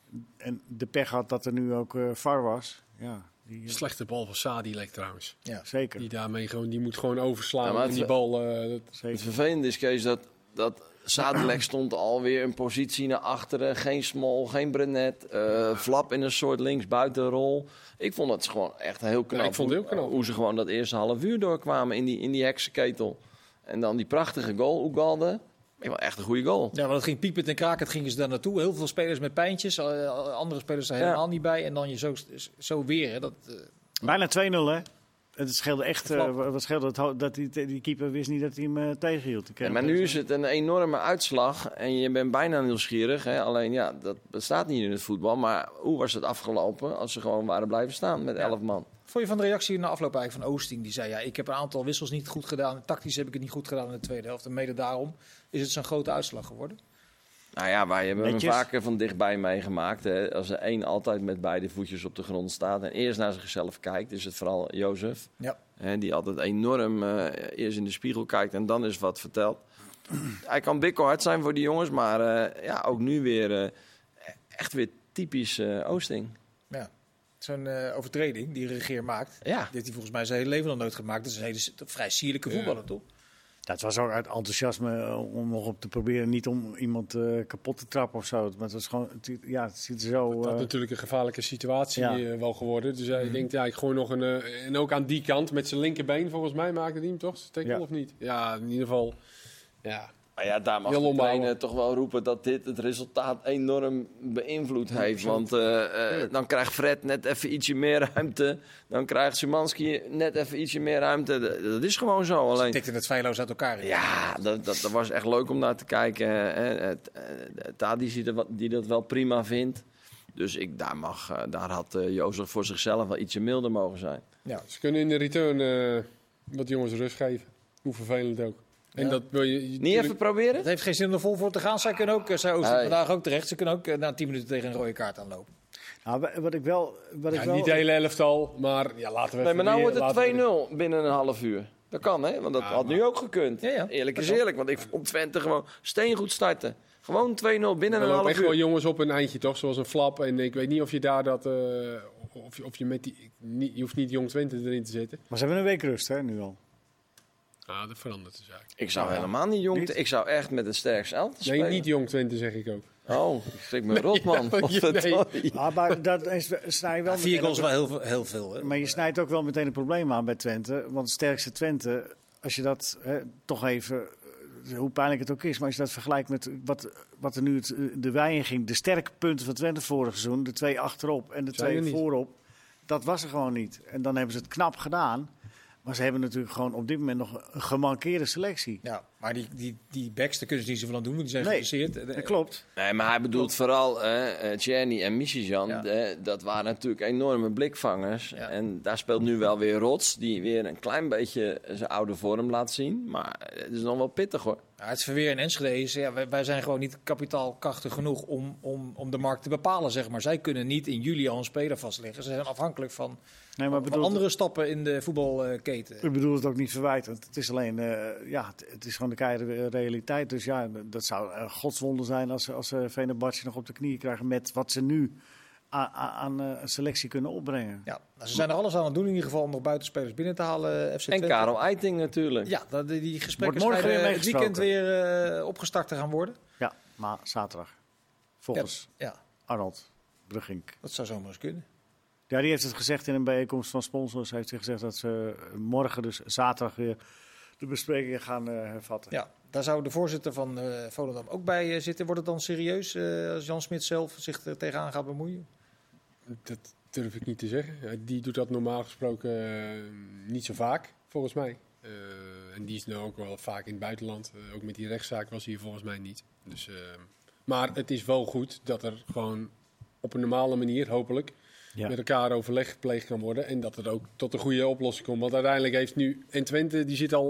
En de pech had dat er nu ook uh, V A R was. Ja, die, uh, Slechte bal van Sadilek trouwens. Ja. Zeker. Die daarmee gewoon, die moet gewoon overslaan. Ja, maar en het- die bal. Uh, dat, het zeker. vervelende is, Kees, dat, dat Sadilek stond alweer een positie naar achteren. Geen Small, geen Brenet. Uh, Flap in een soort linksbuitenrol. Ik vond het gewoon echt heel knap. Ja, ik vond het heel knap. Hoe, hoe ze gewoon dat eerste half uur doorkwamen in die, in die heksenketel. En dan die prachtige goal, Ugalde. Wel echt een goede goal. Ja, want het ging piepend en krakend gingen ze daar naartoe. Heel veel spelers met pijntjes, uh, andere spelers er Ja. helemaal niet bij. En dan je zo, zo weer. Hè, dat, uh, Bijna twee nul, hè? Het scheelde echt. Uh, Flap. wat scheelde het ho- dat die, die keeper wist niet dat hij hem uh, tegenhield. Ik Ja, heb- maar nu is het een enorme uitslag en je bent bijna nieuwsgierig. Hè? Alleen ja, dat bestaat niet in het voetbal. Maar hoe was het afgelopen als ze gewoon waren blijven staan met Ja. elf man? vond je van de reactie na afloop eigenlijk van Oosting? Die zei, ja, ik heb een aantal wissels niet goed gedaan. Tactisch heb ik het niet goed gedaan in de tweede helft. En mede daarom is het zo'n grote uitslag geworden. Nou ja, wij hebben hem Netjes. vaker van dichtbij meegemaakt. Hè? Als er één altijd met beide voetjes op de grond staat en eerst naar zichzelf kijkt, is het vooral Jozef. Ja. Hè, die altijd enorm uh, eerst in de spiegel kijkt en dan is wat vertelt. Hij kan bikkelhard zijn voor die jongens, maar uh, ja, ook nu weer uh, echt weer typisch uh, Oosting. Ja. Zo'n uh, overtreding die Regeer maakt. Ja. Die heeft hij volgens mij zijn hele leven nog nooit gemaakt. Dat is een hele s- vrij sierlijke Ja. voetballer, toch? Dat was ook uit enthousiasme uh, om nog op te proberen. Niet om iemand uh, kapot te trappen of zo. Maar het was gewoon. Het, ja, het ziet er zo. dat Uh, is natuurlijk een gevaarlijke situatie Ja. uh, wel geworden. Dus hij denkt, ja, ik gooi nog een. Uh, en ook aan die kant met zijn linkerbeen, volgens mij maakte hij hem toch? Zijn tackle Ja. of niet? Ja, in ieder geval. Ja, Maar ja, daar mag Heel de onbouwen. trainer toch wel roepen dat dit het resultaat enorm beïnvloed heeft. Want uh, uh, dan krijgt Fred net even ietsje meer ruimte. Dan krijgt Szymanski net even ietsje meer ruimte. Dat, dat is gewoon zo. Alleen, Tikte het feilloos uit elkaar. in. ja, dat, dat, dat was echt leuk om naar te kijken. Uh, uh, Tadic die, dat- die dat wel prima vindt. Dus ik, daar, mag, uh, daar had uh, Jozef voor zichzelf wel ietsje milder mogen zijn. Ja. ze kunnen in de return uh, wat jongens rust geven. Hoe vervelend ook. En Ja. dat wil je. je Niet tuurlijk- even proberen? Het heeft geen zin om er vol voor te gaan. Zij kunnen ook, zei Oosting Nee. vandaag ook terecht. Ze kunnen ook uh, na tien minuten tegen een rode kaart aanlopen. nou, wa- wat ik wel. Wat ik Ja, wel niet de hele elftal, maar ja, laten we Nee, even maar nou weer- wordt het laten we- twee nul binnen een half uur. Dat kan, hè? Want dat Ja, had maar- nu ook gekund. Ja, ja, Eerlijk dat is kan. eerlijk. Want ik vond Twente gewoon steengoed starten. Gewoon twee nul binnen Er een lopen half echt wel uur. jongens op een eindje, toch? Zoals een Flap. En ik weet niet of je daar dat... eh, of, je, of je met die... Niet, je hoeft niet Jong Twente erin te zitten. Maar ze hebben een week rust, hè, nu al. Ah, dat verandert de zaak. Ik zou Ja. helemaal niet jong... Niet? Ik zou echt met het sterkste elftal Nee, spelen. niet Jong Twente zeg ik ook. Oh, ik schrik me rot, man. ja, Wat nee. verdorie. Ah, maar dat is, snij je wel Ja, vier meteen goals ook- wel heel, veel- heel veel. Hè? Maar je snijdt ook wel meteen een probleem aan bij Twente. Want het sterkste Twente, als je dat hè, toch even, eh, hoe pijnlijk het ook is, maar als je dat vergelijkt met wat, wat er nu het, de wijn ging, de sterke punten van Twente vorig seizoen, de twee achterop en de Zijn er twee niet. voorop, dat was er gewoon niet. En dan hebben ze het knap gedaan. Maar ze hebben natuurlijk gewoon op dit moment nog een gemankeerde selectie. Ja, maar die, die, die backs, daar kunnen ze niet zoveel aan doen. want Die zijn Nee, geblesseerd. Dat klopt. Nee, maar hij bedoelt vooral eh Tjerni en Michijan. Ja. eh, dat waren natuurlijk enorme blikvangers. Ja. En daar speelt nu wel weer Rots. Die weer een klein beetje zijn oude vorm laat zien. Maar het is nog wel pittig, hoor. Ja, het Verweer en Enschede is, ja, wij, wij zijn gewoon niet kapitaalkrachtig genoeg om, om, om de markt te bepalen, zeg maar. Zij kunnen niet in juli al een speler vastleggen. Ze zijn afhankelijk van, Nee, maar van bedoel, andere stappen in de voetbalketen. ik bedoel het ook niet verwijtend. Het is alleen, eh, ja, het, het is gewoon de keiharde realiteit. Dus ja, dat zou een godswonder zijn als, als ze Fenerbahce nog op de knieën krijgen met wat ze nu aan, aan eh, een selectie kunnen opbrengen. Ja, nou, ze zijn er alles aan het doen in ieder geval om nog buitenspelers binnen te halen, F C En Twente. Karel Eiting natuurlijk. Ja, dat, die gesprekken Wordt morgen schijnen weer het weekend weer meegesproken. eh, opgestart te gaan worden. Ja, maar zaterdag. Volgens Ja, Arnold Bruggink. dat zou zomaar eens kunnen. Ja, die heeft het gezegd in een bijeenkomst van sponsors. Heeft hij gezegd dat ze morgen, dus zaterdag, weer de besprekingen gaan eh, hervatten. Ja, daar zou de voorzitter van eh Volendam ook bij eh, zitten. Wordt het dan serieus eh, als Jan Smit zelf zich er tegenaan gaat bemoeien? Dat durf ik niet te zeggen. Ja, die doet dat normaal gesproken eh, niet zo vaak, volgens mij. Eh, en die is nu ook wel vaak in het buitenland. Eh, ook met die rechtszaak was hij volgens mij niet. Dus, eh, maar het is wel goed dat er gewoon op een normale manier, hopelijk, Ja. met elkaar overleg gepleegd kan worden. En dat het ook tot een goede oplossing komt. Want uiteindelijk heeft nu... En Twente, die zit al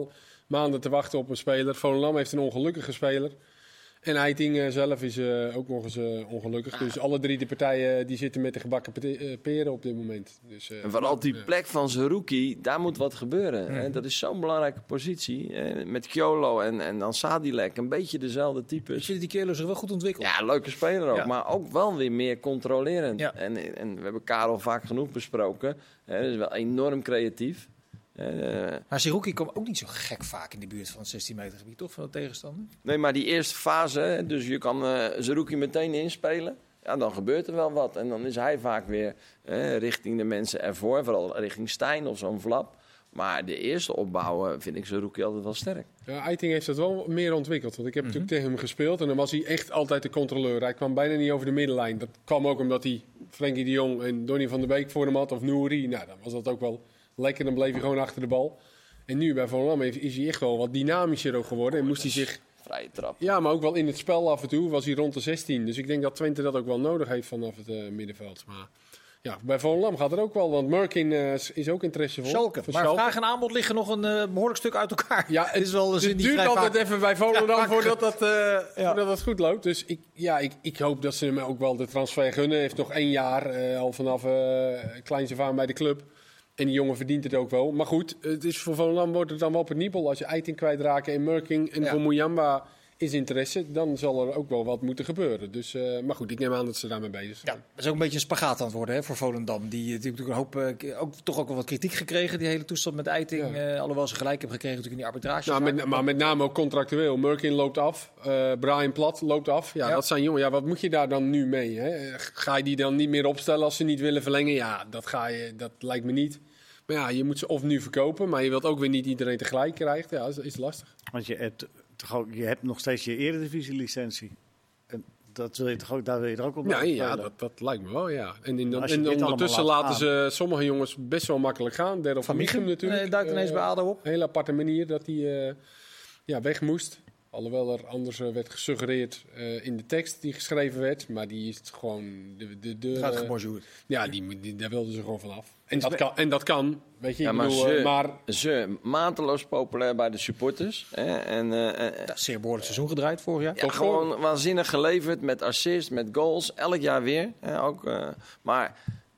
maanden te wachten op een speler. Volendam heeft een ongelukkige speler. En Eiting uh, zelf is uh, ook nog eens uh, ongelukkig. Ah. Dus alle drie de partijen die zitten met de gebakken peren op dit moment. Dus, uh, en vooral die plek van Zerouki, daar moet wat gebeuren. Mm. Hè? Dat is zo'n belangrijke positie. Hè? Met Kyolo en, en dan Sadilek, een beetje dezelfde types. Ik vind die Kyolo zich wel goed ontwikkeld. Ja, leuke speler ook. Ja. Maar ook wel weer meer controlerend. Ja. En, en we hebben Karel vaak genoeg besproken. Hè? Dat is wel enorm creatief. Uh, maar Zerouki kwam ook niet zo gek vaak in de buurt van het zestien meter gebied, toch? Van de tegenstander? Nee, maar die eerste fase, dus je kan uh, Zerouki meteen inspelen. Ja, dan gebeurt er wel wat. En dan is hij vaak weer uh, richting de mensen ervoor. Vooral richting Stijn of zo'n Vlap. Maar de eerste opbouw uh, vind ik Zerouki altijd wel sterk. Ja, Eiting heeft dat wel meer ontwikkeld. Want ik heb mm-hmm. natuurlijk tegen hem gespeeld. En dan was hij echt altijd de controleur. Hij kwam bijna niet over de middenlijn. Dat kwam ook omdat hij Frenkie de Jong en Donny van der Beek voor hem had. Of Nouri. Nou, dan was dat ook wel... lekker, dan bleef hij gewoon achter de bal. En nu bij Volendam is hij echt wel wat dynamischer ook geworden. En moest hij zich... Vrije trap. Ja, maar ook wel in het spel af en toe was hij rond de zestien. Dus ik denk dat Twente dat ook wel nodig heeft vanaf het uh, middenveld. Maar ja, bij Volendam gaat het ook wel. Want Merkin uh, is ook interessevol. Schalke. Maar Schalke. Vraag en aanbod liggen nog een uh, behoorlijk stuk uit elkaar. Ja, het, is wel het duurt altijd vaak... even bij Volendam ja, voordat, dat, uh, ja. voordat dat goed loopt. Dus ik, ja, ik, ik hoop dat ze hem ook wel de transfer gunnen. Hij heeft nog één jaar uh, al vanaf uh, kleins af aan bij de club. En die jongen verdient het ook wel. Maar goed, het is voor Volendam wordt het dan wel penibel. Als je Eiting kwijtraken en Merking en ja. voor Muyamba is interesse, dan zal er ook wel wat moeten gebeuren. Dus, uh, maar goed, ik neem aan dat ze daarmee bezig zijn. Ja, dat is ook een beetje een spagaat aan het worden hè, voor Volendam. Die natuurlijk een hoop, uh, ook, toch ook wel wat kritiek gekregen, die hele toestand met Eiting. Ja. Uh, alhoewel ze gelijk hebben gekregen natuurlijk in die arbitrage. Nou, met, maar met name ook contractueel. Merkin loopt af, uh, Brian Plat loopt af. Ja, ja, dat zijn jongen. Ja, wat moet je daar dan nu mee? Hè? Ga je die dan niet meer opstellen als ze niet willen verlengen? Ja, dat, ga je, dat lijkt me niet. Maar ja, je moet ze of nu verkopen, maar je wilt ook weer niet iedereen tegelijk krijgen. Ja, dat is, is lastig. Want je hebt, toch ook, je hebt nog steeds je Eredivisie-licentie. En dat wil je toch ook, daar wil je er ook op ja, ja, dat, dat lijkt me wel, ja. En, in, en ondertussen laten gaan. ze sommige jongens best wel makkelijk gaan. Derde Van Michum natuurlijk. Nee, duikt ineens uh, bij A D O op. Een hele aparte manier dat hij uh, ja, weg moest. Alhoewel er anders uh, werd gesuggereerd uh, in de tekst die geschreven werd. Maar die is gewoon... De, de, de, Gaat gebonjourd. Ja, die, die, daar wilden ze gewoon vanaf. En dat, kan, en dat kan, weet je. Ja, ik maar, bedoel, ze, uh, maar ze mateloos populair bij de supporters. Hè? En, uh, uh, dat is zeer behoorlijk seizoen gedraaid vorig jaar. Ja, gewoon voor. waanzinnig geleverd met assists, met goals. Elk jaar weer. Hè? Ook, uh, maar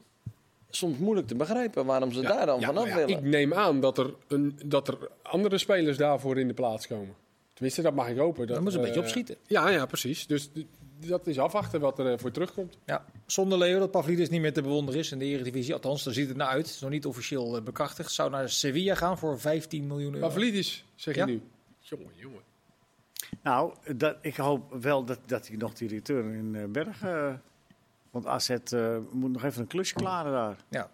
soms moeilijk te begrijpen waarom ze ja, daar dan ja, vanaf ja, willen. Ik neem aan dat er, een, dat er andere spelers daarvoor in de plaats komen. Tenminste, dat mag ik hopen. Dat Dan moet ze een uh, beetje opschieten. Ja, ja, precies. Dus dat is afwachten wat er uh, voor terugkomt. Ja, zonder Leo dat Pavlidis niet meer te bewonderen is in de Eredivisie. Althans, daar ziet het naar uit. Het is nog niet officieel uh, bekrachtigd. Zou naar Sevilla gaan voor vijftien miljoen euro. Pavlidis, zeg je ja? nu. Jongen, jongen. Nou, dat, ik hoop wel dat, dat hij nog die return in uh, Bergen... Uh, want A Z uh, moet nog even een klusje klaren daar. Ja.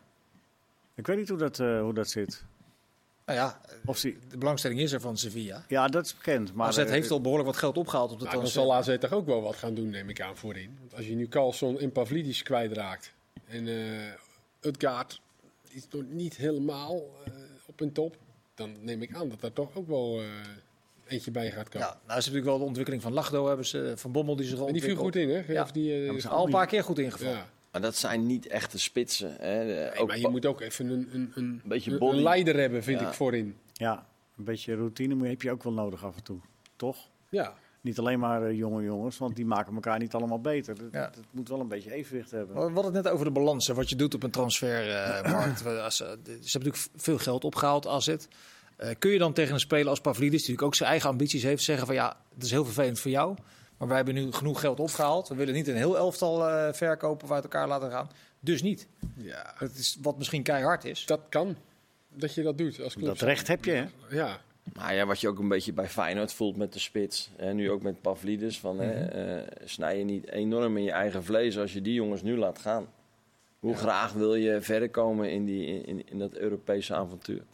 Ik weet niet hoe dat, uh, hoe dat zit. Nou ja, of die... de belangstelling is er van Sevilla. Ja, dat is bekend. Maar A Z uh, heeft al behoorlijk wat geld opgehaald op de nou, transfer. Dan zal A Z toch ook wel wat gaan doen, neem ik aan, voorin. Want als je nu Carlson en Pavlidis kwijtraakt... en uh, Utgaard is nog niet helemaal uh, op een top... dan neem ik aan dat daar toch ook wel uh, eentje bij gaat komen. Ja, nou is natuurlijk wel de ontwikkeling van Lachdo. Hebben ze Van Bommel die zich al en die viel goed in, hè? Ja. Of die, uh, ja, al een paar keer goed ingevallen. Ja. Maar dat zijn niet echte spitsen. Hè. De, nee, ook maar je moet ook even een, een, een, beetje een, een leider hebben, vind ja. ik, voorin. Ja, een beetje routine heb je ook wel nodig af en toe. Toch? Ja. Niet alleen maar uh, jonge jongens, want die maken elkaar niet allemaal beter. Het ja. moet wel een beetje evenwicht hebben. We hadden het net over de balans en wat je doet op een transfermarkt. Uh, ze hebben natuurlijk veel geld opgehaald, A Z. Uh, kun je dan tegen een speler als Pavlidis, die natuurlijk ook zijn eigen ambities heeft, zeggen van ja, het is heel vervelend voor jou. Maar wij hebben nu genoeg geld opgehaald. We willen niet een heel elftal uh, verkopen of uit elkaar laten gaan. Dus niet. Ja. Dat is wat misschien keihard is. Dat kan. Dat je dat doet als club. Dat recht heb je, hè? Ja. Maar ja, wat je ook een beetje bij Feyenoord voelt met de spits. Hè, nu ook met Pavlidis. Van, mm-hmm. hè, uh, snij je niet enorm in je eigen vlees als je die jongens nu laat gaan. Hoe ja. graag wil je verder komen in, die, in, in dat Europese avontuur?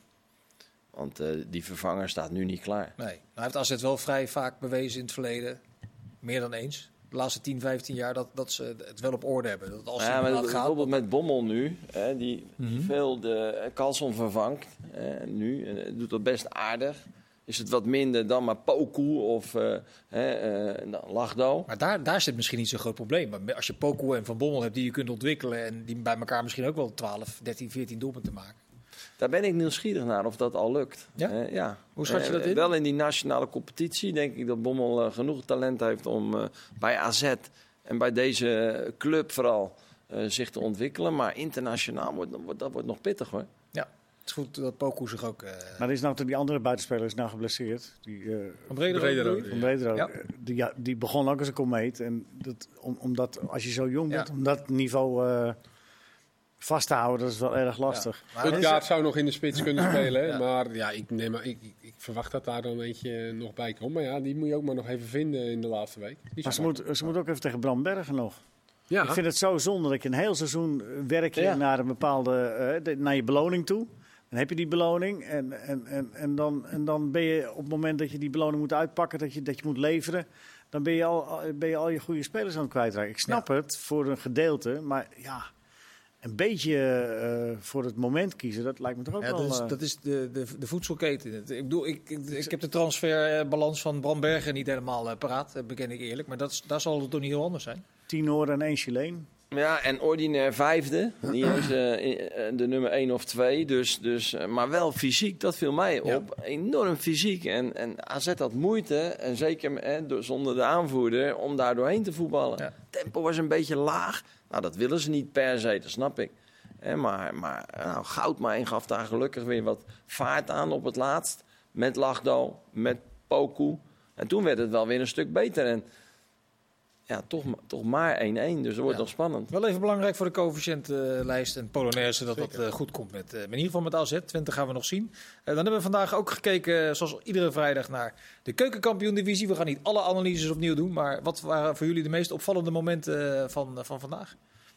Want uh, die vervanger staat nu niet klaar. Nee. Nou heeft A Z wel vrij vaak bewezen in het verleden. Meer dan eens. De laatste tien, vijftien jaar dat, dat ze het wel op orde hebben. Dat als ja, maar gaat, bijvoorbeeld met Bommel nu, hè, die mm-hmm. veel de Carlson vervangt. Hè, nu en doet dat best aardig. Is het wat minder dan maar Poku of uh, uh, Lachdo. Maar daar, daar zit misschien niet zo'n groot probleem. Maar als je Poku en Van Bommel hebt die je kunt ontwikkelen... en die bij elkaar misschien ook wel twaalf, dertien, veertien doelpunten maken... Daar ben ik nieuwsgierig naar of dat al lukt. Ja? Uh, ja. Hoe schat je Uh, dat in? Wel in die nationale competitie denk ik dat Bommel uh, genoeg talent heeft om uh, bij A Z en bij deze club vooral uh, zich te ontwikkelen. Maar internationaal wordt dat wordt nog pittig hoor. Ja, het is goed dat Poku zich ook... Uh... Maar er is nou die andere buitenspeler is nou geblesseerd. Die, uh, Van Brederode. Brederode. Van Brederode. Ja. Die, ja, die begon ook als een komeet. En dat, om, omdat als je zo jong bent, Ja. om dat niveau uh, vast te houden, dat is wel erg lastig. Ja. Maar Utgaard zou nog in de spits kunnen spelen. Hè? Ja. Maar ja, ik, neem, maar ik, ik, ik verwacht dat daar dan eentje nog bij komt. Maar ja, die moet je ook maar nog even vinden in de laatste week. Die Maar is ze wel moet, ze moet ook even tegen Bram Bergen nog. Ja, Ik vind het zo zonde dat je een heel seizoen werk je Ja. naar een bepaalde, uh, de, naar je beloning toe. Dan heb je die beloning en, en, en, en, dan, en dan ben je op het moment dat je die beloning moet uitpakken, dat je, dat je moet leveren, dan ben je al, ben je, al je goede spelers aan het kwijtraken. Ik snap het voor een gedeelte, maar ja, een beetje uh, voor het moment kiezen, dat lijkt me toch ook Ja, wel... dat is, uh, dat is de, de, de voedselketen. Ik bedoel, ik, ik, ik heb de transferbalans van Bram Bergen niet helemaal uh, paraat, dat beken ik eerlijk. Maar dat is, daar zal het toch niet heel anders zijn? tien oren en één Chileen. Ja, en ordinair vijfde. Niet eens uh, de nummer één of twee. Dus, dus, uh, maar wel fysiek, dat viel mij op. Ja. Enorm fysiek. En, en A Z had moeite, en zeker eh, door, zonder de aanvoerder, om daar doorheen te voetballen. Ja. Tempo was een beetje laag. Nou, dat willen ze niet per se, dat snap ik. Eh, maar maar nou, Goudmijn gaf daar gelukkig weer wat vaart aan op het laatst. Met Lachdo, met Poku. En toen werd het wel weer een stuk beter. En ja, toch, toch maar één-één. Dus dat wordt Ja. nog spannend. Wel even belangrijk voor de coëfficiëntenlijst en Polonaise dat dat uh, goed komt. Met, uh, in ieder geval met A Z. Twente gaan we nog zien. Uh, dan hebben we vandaag ook gekeken, zoals iedere vrijdag, naar de keukenkampioen-divisie. We gaan niet alle analyses opnieuw doen. Maar wat waren voor jullie de meest opvallende momenten van, uh, van vandaag?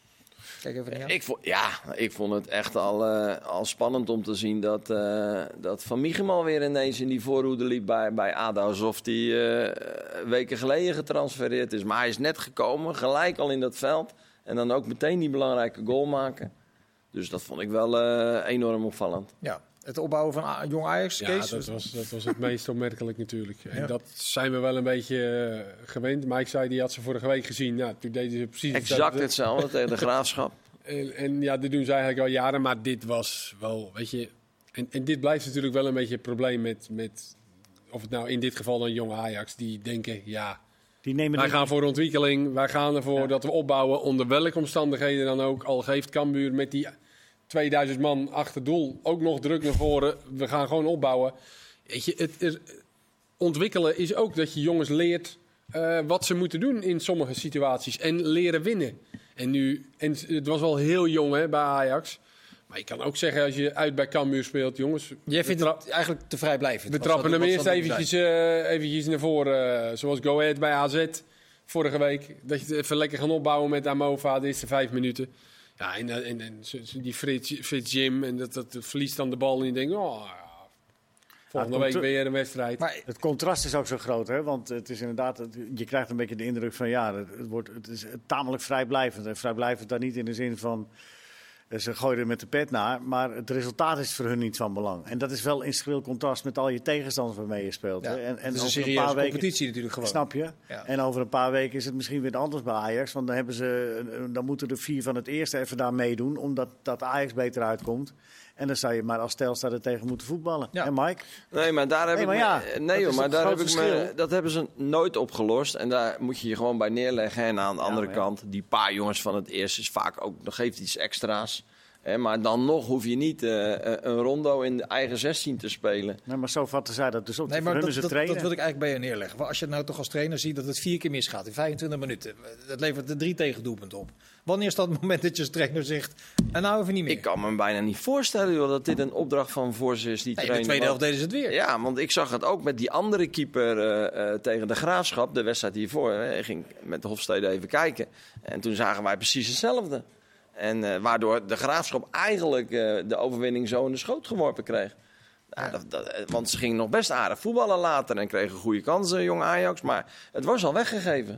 Kijk even naar jou. Ik vond, ja, ik vond het echt al, uh, al spannend om te zien dat, uh, dat Van Michel weer ineens in die voorhoede liep bij, bij A D O. Alsof hij uh, weken geleden getransfereerd is. Maar hij is net gekomen, gelijk al in dat veld. En dan ook meteen die belangrijke goal maken. Dus dat vond ik wel uh, enorm opvallend. Ja, het opbouwen van A- jong Ajax, ja Kees. dat, was, dat was het meest opmerkelijk natuurlijk. En Ja. dat zijn we wel een beetje uh, gewend. Mike zei, die had ze vorige week gezien. Nou, toen deden ze precies Exact hetzelfde tegen de Graafschap. En, en ja, dat doen ze eigenlijk al jaren. Maar dit was wel, weet je... En, en dit blijft natuurlijk wel een beetje het probleem met, met... Of het nou in dit geval dan jonge Ajax. Die denken, ja... Die nemen Wij de- gaan voor ontwikkeling. Wij gaan ervoor Ja. dat we opbouwen onder welke omstandigheden dan ook. Al geeft Cambuur met die tweeduizend man achter doel ook nog druk naar voren. We gaan gewoon opbouwen. Weet je, het, het, ontwikkelen is ook dat je jongens leert uh, wat ze moeten doen in sommige situaties. En leren winnen. En nu, en het was wel heel jong hè, bij Ajax. Maar je kan ook zeggen als je uit bij Cambuur speelt, jongens. Jij vindt we tra- het eigenlijk te vrijblijvend. we was trappen dat- hem was eerst dat ook eventjes, uh, eventjes naar voren. Uh, zoals Go Ahead bij A Z vorige week. Dat je het even lekker gaan opbouwen met Amova de eerste vijf minuten. Ja, en, en, en zo- zo die Frits, Frits Jim. En dat, dat verliest dan de bal en je denkt, oh, ja, volgende Ja, week het komt weer een wedstrijd. Maar Het contrast is ook zo groot, hè? Want het is inderdaad, het- je krijgt een beetje de indruk van ja, het, het, wordt, het is tamelijk vrijblijvend. En vrijblijvend daar niet in de zin van eh, ze gooien er met de pet naar, maar het resultaat is voor hun niet van belang. En dat is wel in schril contrast met al je tegenstanders waarmee je speelt. ja, hè? En, en het is een over serieuze competitie natuurlijk gewoon. Snap je? Ja. En over een paar weken is het misschien weer anders bij Ajax. Want dan, hebben ze, dan moeten er vier van het eerste even daar meedoen, omdat dat Ajax beter uitkomt. En dan zou je maar als Telstar er tegen moeten voetballen. Ja. En Mike? Nee, maar daar heb Nee, ik maar me- ja, eh, dat nee, is hoor, maar een daar heb groot ik me, verschil. dat hebben ze nooit opgelost. En daar moet je je gewoon bij neerleggen. En aan de Ja, andere maar ja. kant, die paar jongens van het eerste is vaak ook nog geeft iets extra's. Hè, maar dan nog hoef je niet eh, een rondo in de eigen zestien te spelen. Nee, maar zo vatten zij dat dus op. Nee, Voor maar hun dat, is het dat, trainen. dat wil ik eigenlijk bij je neerleggen. Want als je nou toch als trainer ziet dat het vier keer misgaat in vijfentwintig minuten. Dat levert er drie tegendoelpunten op. Wanneer is dat het moment dat je als trainer zegt, en nou even niet meer? Ik kan me bijna niet voorstellen joh, dat dit een opdracht van Voors is. Die Nee, in de trainer tweede helft was. deden ze het weer. Ja, want ik zag het ook met die andere keeper eh, eh, tegen de Graafschap. De wedstrijd hiervoor. Hè. Ik ging met de Hofstede even kijken. En toen zagen wij precies hetzelfde. En eh, waardoor de Graafschap eigenlijk eh, de overwinning zo in de schoot geworpen kreeg. Nou, dat, dat, eh, want ze gingen nog best aardig voetballen later. En kregen goede kansen, jong Ajax. Maar het was al weggegeven.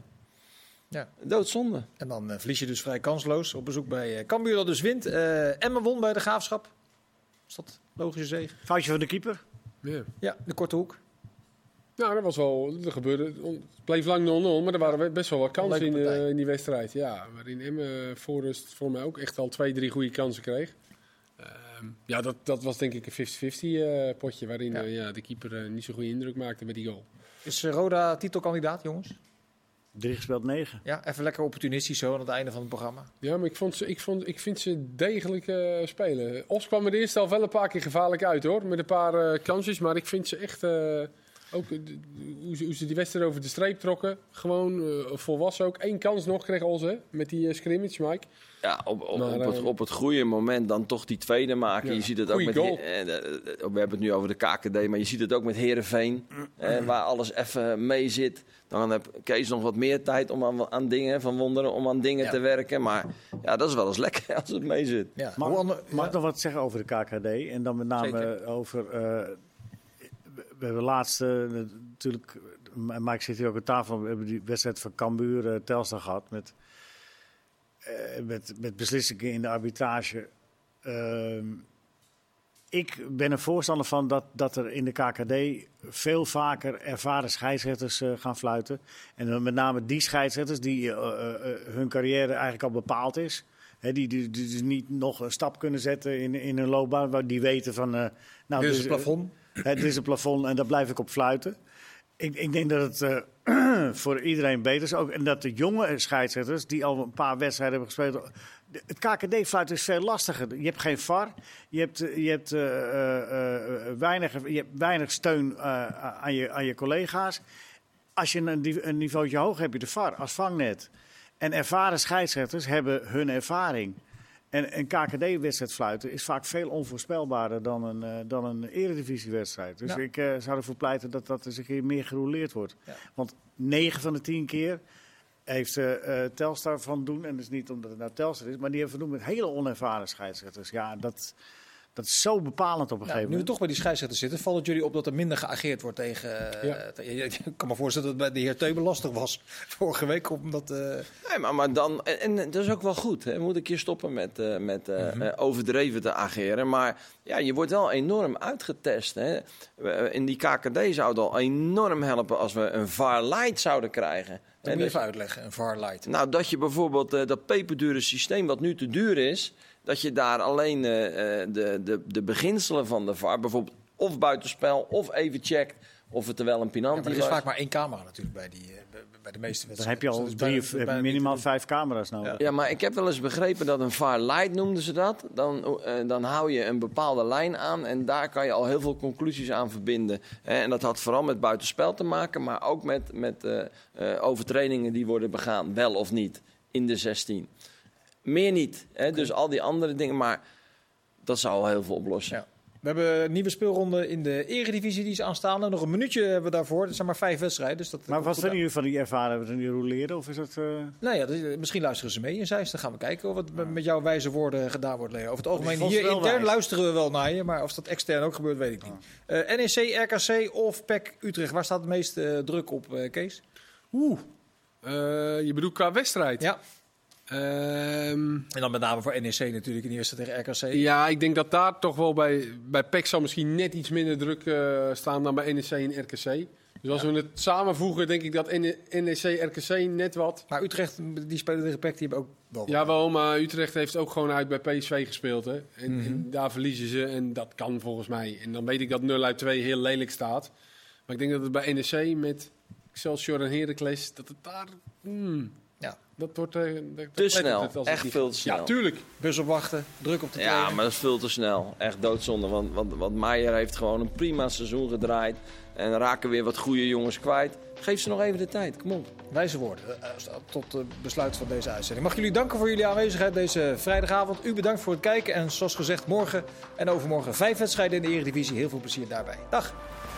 Ja. Doodzonde. En dan uh, verlies je dus vrij kansloos op bezoek bij uh, Cambuur dat dus wint. Uh, Emmen won bij de Graafschap. Is dat logische zege? Foutje van de keeper. Ja. Ja, de korte hoek. Nou, dat was wel. Er gebeurde. Het bleef lang nul nul, maar er waren best wel wat kansen Leuke in, partij. uh, in die wedstrijd. Ja, waarin Emmen voor rust voor mij ook echt al twee, drie goede kansen kreeg. Um, ja, dat, dat was denk ik een vijftig vijftig uh, potje waarin Ja. uh, ja, de keeper uh, niet zo'n goede indruk maakte bij die goal. Is uh, Roda titelkandidaat, jongens? Drie gespeeld negen. Ja, even lekker opportunistisch zo aan het einde van het programma. Ja, maar ik, vond ze, ik, vond, ik vind ze degelijk uh, spelen. Os kwam er de eerste helft wel een paar keer gevaarlijk uit hoor, met een paar uh, kansjes. Maar ik vind ze echt, uh, ook uh, hoe, ze, hoe ze die wedstrijd over de streep trokken. Gewoon uh, volwassen ook. Eén kans nog kreeg Os hè, met die uh, scrimmage, Mike. Ja, op, op, Maar, op, het, uh, op het goede moment dan toch die tweede maken. Ja, Je ziet het ook goeie met... goal. eh, eh, We hebben het nu over de K K D, maar je ziet het ook met Heerenveen. Eh, waar alles even mee zit. Dan heb Kees nog wat meer tijd om aan, aan dingen van wonderen, om aan dingen Ja. te werken. Maar ja, dat is wel eens lekker als het mee zit. Ja. Mag, Hoe ander- mag ja. ik nog wat zeggen over de K K D? En dan met name Zeker. over... Uh, we, we hebben laatst uh, natuurlijk... Mike zit hier ook aan tafel. We hebben die wedstrijd van Cambuur uh, Telstar gehad. Met, uh, met, met beslissingen in de arbitrage. Uh, ik ben er voorstander van dat, dat er in de K K D veel vaker ervaren scheidsrechters uh, gaan fluiten. En dan met name die scheidsrechters die uh, uh, uh, hun carrière eigenlijk al bepaald is. He, die, die, die dus niet nog een stap kunnen zetten in, in hun loopbaan. Waar die weten van... Uh, nou, Dit is dus, het plafond. Uh, het is een plafond en daar blijf ik op fluiten. Ik, ik denk dat het uh, voor iedereen beter is. Ook, en dat de jonge scheidsrechters die al een paar wedstrijden hebben gespeeld... Het K K D-fluiten is veel lastiger. Je hebt geen V A R. Je hebt, je hebt, uh, uh, uh, weinig, je hebt weinig steun uh, aan, je, aan je collega's. Als je een, een niveautje hoog hebt, heb je de V A R als vangnet. En ervaren scheidsrechters hebben hun ervaring. En een K K D-wedstrijd fluiten is vaak veel onvoorspelbaarder dan een, uh, dan een eredivisiewedstrijd. Dus Ja. ik uh, zou ervoor pleiten dat dat eens een keer meer gerouleerd wordt. Ja. Want negen van de tien keer heeft uh, uh, Telstar van doen. En dat is niet omdat het nou Telstar is, maar die hebben van doen met hele onervaren scheidsrechters. Ja, dat, dat is zo bepalend op een Nou, gegeven nu we moment. toch bij die scheidsrechters zitten, valt het jullie op dat er minder geageerd wordt tegen... Ja. uh, te- je- Ik kan me voorstellen dat het bij de heer Teuben lastig was vorige week. Omdat, uh, Nee, maar, maar dan, en, en dat is ook wel goed. Hè. Moet ik hier stoppen met, uh, met uh, Mhm. uh, overdreven te ageren. Maar ja, je wordt wel enorm uitgetest. Hè. We- In die K K D zou het al enorm helpen als we een V A R Light zouden krijgen. dat En moet je dat- even uitleggen, een V A R light. Nou, dat je bijvoorbeeld uh, dat peperdure systeem wat nu te duur is, dat je daar alleen uh, uh, de, de, de beginselen van de V A R, bijvoorbeeld of buitenspel of even checkt of het er wel een Ja, penalty maar er is was. vaak maar één camera natuurlijk bij, die, uh, bij, bij de meeste Dan wedstrijden. heb je al Dus dat is drie, bijna- of bijna niet minimaal te doen. vijf camera's nodig. Ja, maar ik heb wel eens begrepen dat een V A R Light noemden ze dat. Dan, uh, dan hou je een bepaalde lijn aan en daar kan je al heel veel conclusies aan verbinden. Hè, en dat had vooral met buitenspel te maken, maar ook met, met uh, uh, overtredingen die worden begaan, wel of niet, in de zestien. Meer niet, hè, dus al die andere dingen, maar dat zou al heel veel oplossen. Ja. We hebben een nieuwe speelronde in de Eredivisie die is aanstaande. Nog een minuutje hebben we daarvoor. Het zijn maar vijf wedstrijden. Dus dat Maar komt wat goed vinden jullie van die ervaren? Hebben we die roleren? Of is dat... Uh... Nou ja, dus, misschien luisteren ze mee in Zeist. Dan gaan we kijken of het met jouw wijze woorden gedaan wordt, Leo. Over het algemeen, vond ze hier wel intern wijs. luisteren we wel naar je. Maar of dat extern ook gebeurt, weet ik niet. Uh, N E C, R K C of P E C Utrecht. Waar staat het meest uh, druk op, uh, Kees? Oeh. Uh, je bedoelt qua wedstrijd? Ja. Ehm, En dan met name voor N E C natuurlijk in de eerste tegen R K C. ja, ik denk dat daar toch wel bij, bij P E C zal misschien net iets minder druk uh, staan dan bij N E C en R K C. Dus als Ja. we het samenvoegen, denk ik dat N E C, R K C net wat. Maar Utrecht, die spelen tegen P E C, die hebben ook wel... Jawel, maar Utrecht heeft ook gewoon uit bij P S V gespeeld. Hè? En, Mhm. en daar verliezen ze en dat kan volgens mij. En dan weet ik dat nul uit twee heel lelijk staat. Maar ik denk dat het bij N E C met Excelsior en Heracles, dat het daar... Hmm, Ja. dat wordt... Uh, dat Te plettert snel, het als echt het niet- veel te snel. Ja, tuurlijk. Bus opwachten, druk op de Ja, trainer. maar dat is veel te snel. Echt doodzonde. Want, want, want Meijer heeft gewoon een prima seizoen gedraaid. En raken weer wat goede jongens kwijt. Geef ze nog even de tijd. Kom op. Wijze woorden. Uh, tot het besluit van deze uitzending. Mag jullie danken voor jullie aanwezigheid deze vrijdagavond. U bedankt voor het kijken. En zoals gezegd, morgen en overmorgen vijf wedstrijden in de Eredivisie. Heel veel plezier daarbij. Dag.